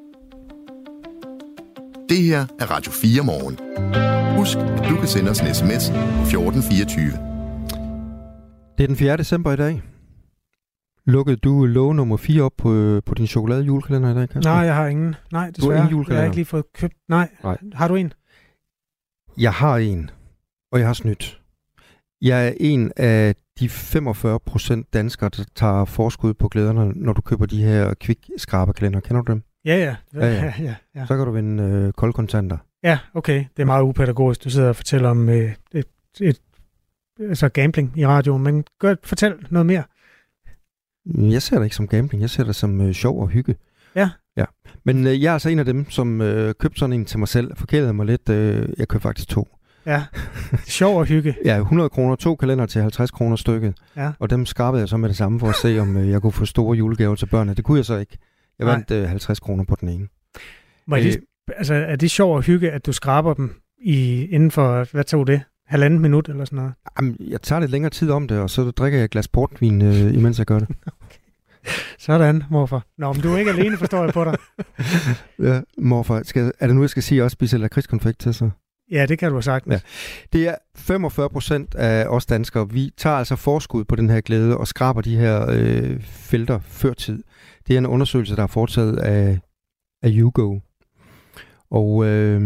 Det her er Radio 4 morgen. Husk, at du kan sende os en sms 1424. Det er den 4. december i dag. Lukkede du låge nummer 4 op på din chokolade-julekalender i dag, Kasper? Nej, jeg har ingen. Nej, desværre. Jeg har ikke lige fået købt. Nej. Har du en? Jeg har en, og jeg har snydt. Jeg er en af de 45% danskere, der tager forskud på glæderne, når du køber de her Kvik-skraberkalender. Kender du dem? Ja. Så kan du vinde koldkontanter. Ja, okay. Det er meget upædagogisk. Du sidder og fortæller om altså gambling i radioen, men fortæl noget mere. Jeg ser det ikke som gambling. Jeg ser det som sjov og hygge. Ja. Men jeg er altså en af dem, som købte sådan en til mig selv. Forkælede mig lidt. Jeg købte faktisk 2. Ja, sjov og hygge. Ja, 100 kroner, 2 kalender til 50 kroner stykket. Ja. Og dem skrabede jeg så med det samme for at se, om jeg kunne få store julegaver til børnene. Det kunne jeg så ikke. Jeg vandt 50 kroner på den ene. Er det sjov og hygge, at du skraber dem inden for, hvad tog det? 1,5 minut eller sådan noget? Jamen, jeg tager lidt længere tid om det, og så drikker jeg et glas portvin, imens jeg gør det. Okay. Sådan, morfar. Nå, men du er ikke alene, forstår jeg på dig. Ja, morfar. Er det nu, jeg skal sige, at jeg også spiser lakridskonfekt til så? Ja, det kan du have sagt. Ja. Det er 45% af os danskere. Vi tager altså forskud på den her glæde og skraber de her felter før tid. Det er en undersøgelse, der er foretaget af YouGo. Og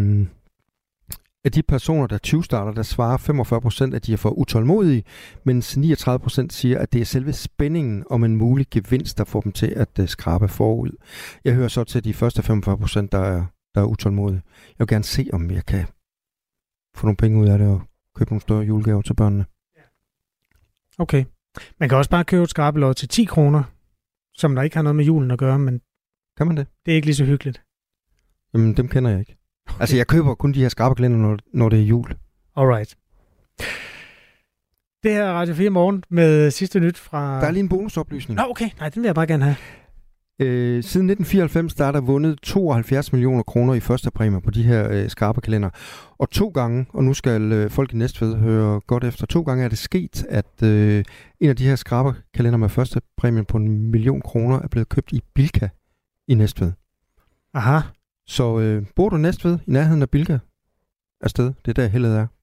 af de personer, der 20-starter, der svarer 45%, at de er for utålmodige, mens 39% siger, at det er selve spændingen om en mulig gevinst, der får dem til at skrabe forud. Jeg hører så til de første 45%, der er utålmodige. Jeg vil gerne se, om jeg kan få nogle penge ud af det og købe nogle større julegaver til børnene. Okay. Man kan også bare købe et skrabelod til 10 kroner, som der ikke har noget med julen at gøre, men kan man det? Det er ikke lige så hyggeligt. Jamen, dem kender jeg ikke. Okay. Altså, jeg køber kun de her skraberkalender, når det er jul. Alright. Det her er Radio 4 morgen med sidste nyt fra... Der er lige en bonusoplysning. Nå, okay. Nej, den vil jeg bare gerne have. Siden 1994 der er der vundet 72 millioner kroner i første præmier på de her skraberkalender. Og 2 gange, og nu skal folk i Næstved høre godt efter, 2 gange er det sket, at en af de her skraberkalender med første præmien på 1 million kroner er blevet købt i Bilka i Næstved. Aha. Så bor du i Næstved, i nærheden af Bilka afsted, det er der heldet er.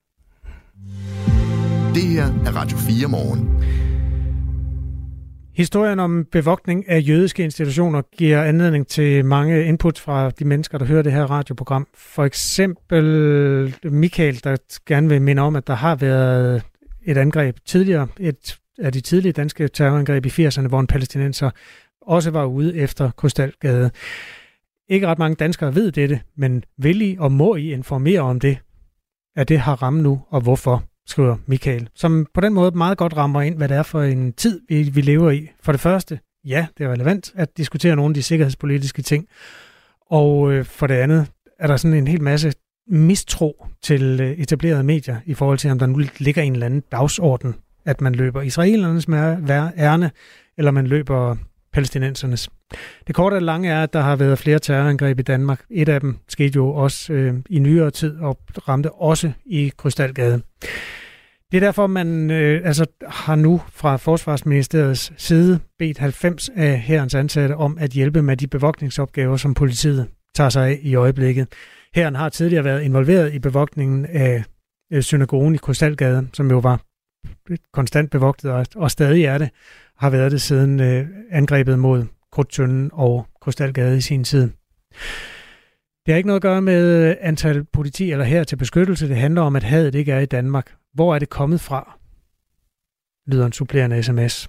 Det her er Radio 4 morgen. Historien om bevogtning af jødiske institutioner giver anledning til mange input fra de mennesker, der hører det her radioprogram. For eksempel Michael, der gerne vil minde om, at der har været et angreb tidligere, et af de tidlige danske terrorangreb i 80'erne, hvor en palæstinenser også var ude efter Krystalgade. Ikke ret mange danskere ved dette, men vil I og må I informere om det? Er det haram nu, og hvorfor? Skriver Michael, som på den måde meget godt rammer ind, hvad det er for en tid, vi lever i. For det første, ja, det er relevant at diskutere nogle af de sikkerhedspolitiske ting. Og for det andet, er der sådan en hel masse mistro til etablerede medier i forhold til, om der nu ligger en eller anden dagsorden, at man løber israelernes ærne, eller man løber palæstinensernes. Det korte og lange er, at der har været flere terrorangreb i Danmark. Et af dem skete jo også i nyere tid og ramte også i Krystalgade. Det er derfor, man har nu fra Forsvarsministeriets side bedt 90 af hærens ansatte om at hjælpe med de bevogtningsopgaver, som politiet tager sig af i øjeblikket. Hæren har tidligere været involveret i bevogtningen af synagogen i Krystalgade, som jo var konstant bevogtet og stadig er det, har været det siden angrebet mod Krudttønden og Krystalgade i sin tid. Det har ikke noget at gøre med antal politi eller hær til beskyttelse. Det handler om, at hadet ikke er i Danmark. Hvor er det kommet fra? Lyder en supplerende sms.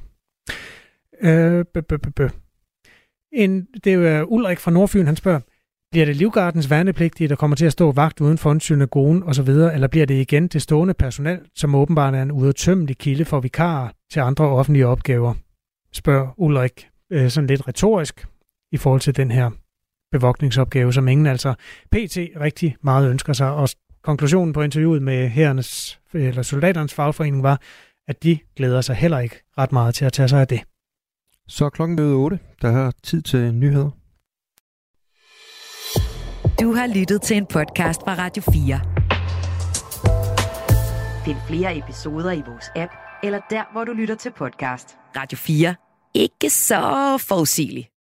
Det er jo Ulrik fra Nordfyn, han spørger, bliver det Livgardens værnepligtige, der kommer til at stå vagt uden for synagogen osv., eller bliver det igen det stående personel, som åbenbart er en uudtømmelig kilde for vikarer til andre offentlige opgaver? Spørger Ulrik sådan lidt retorisk i forhold til den her bevogtningsopgave, som ingen altså PT rigtig meget ønsker sig. Og konklusionen på interviewet med hærens eller soldaternes fagforening var, at de glæder sig heller ikke ret meget til at tage sig af det. Så klokken 8, der er tid til nyheder. Du har lyttet til en podcast fra Radio 4. Find flere episoder i vores app, eller der, hvor du lytter til podcast. Radio 4. Ikke så forudsigeligt.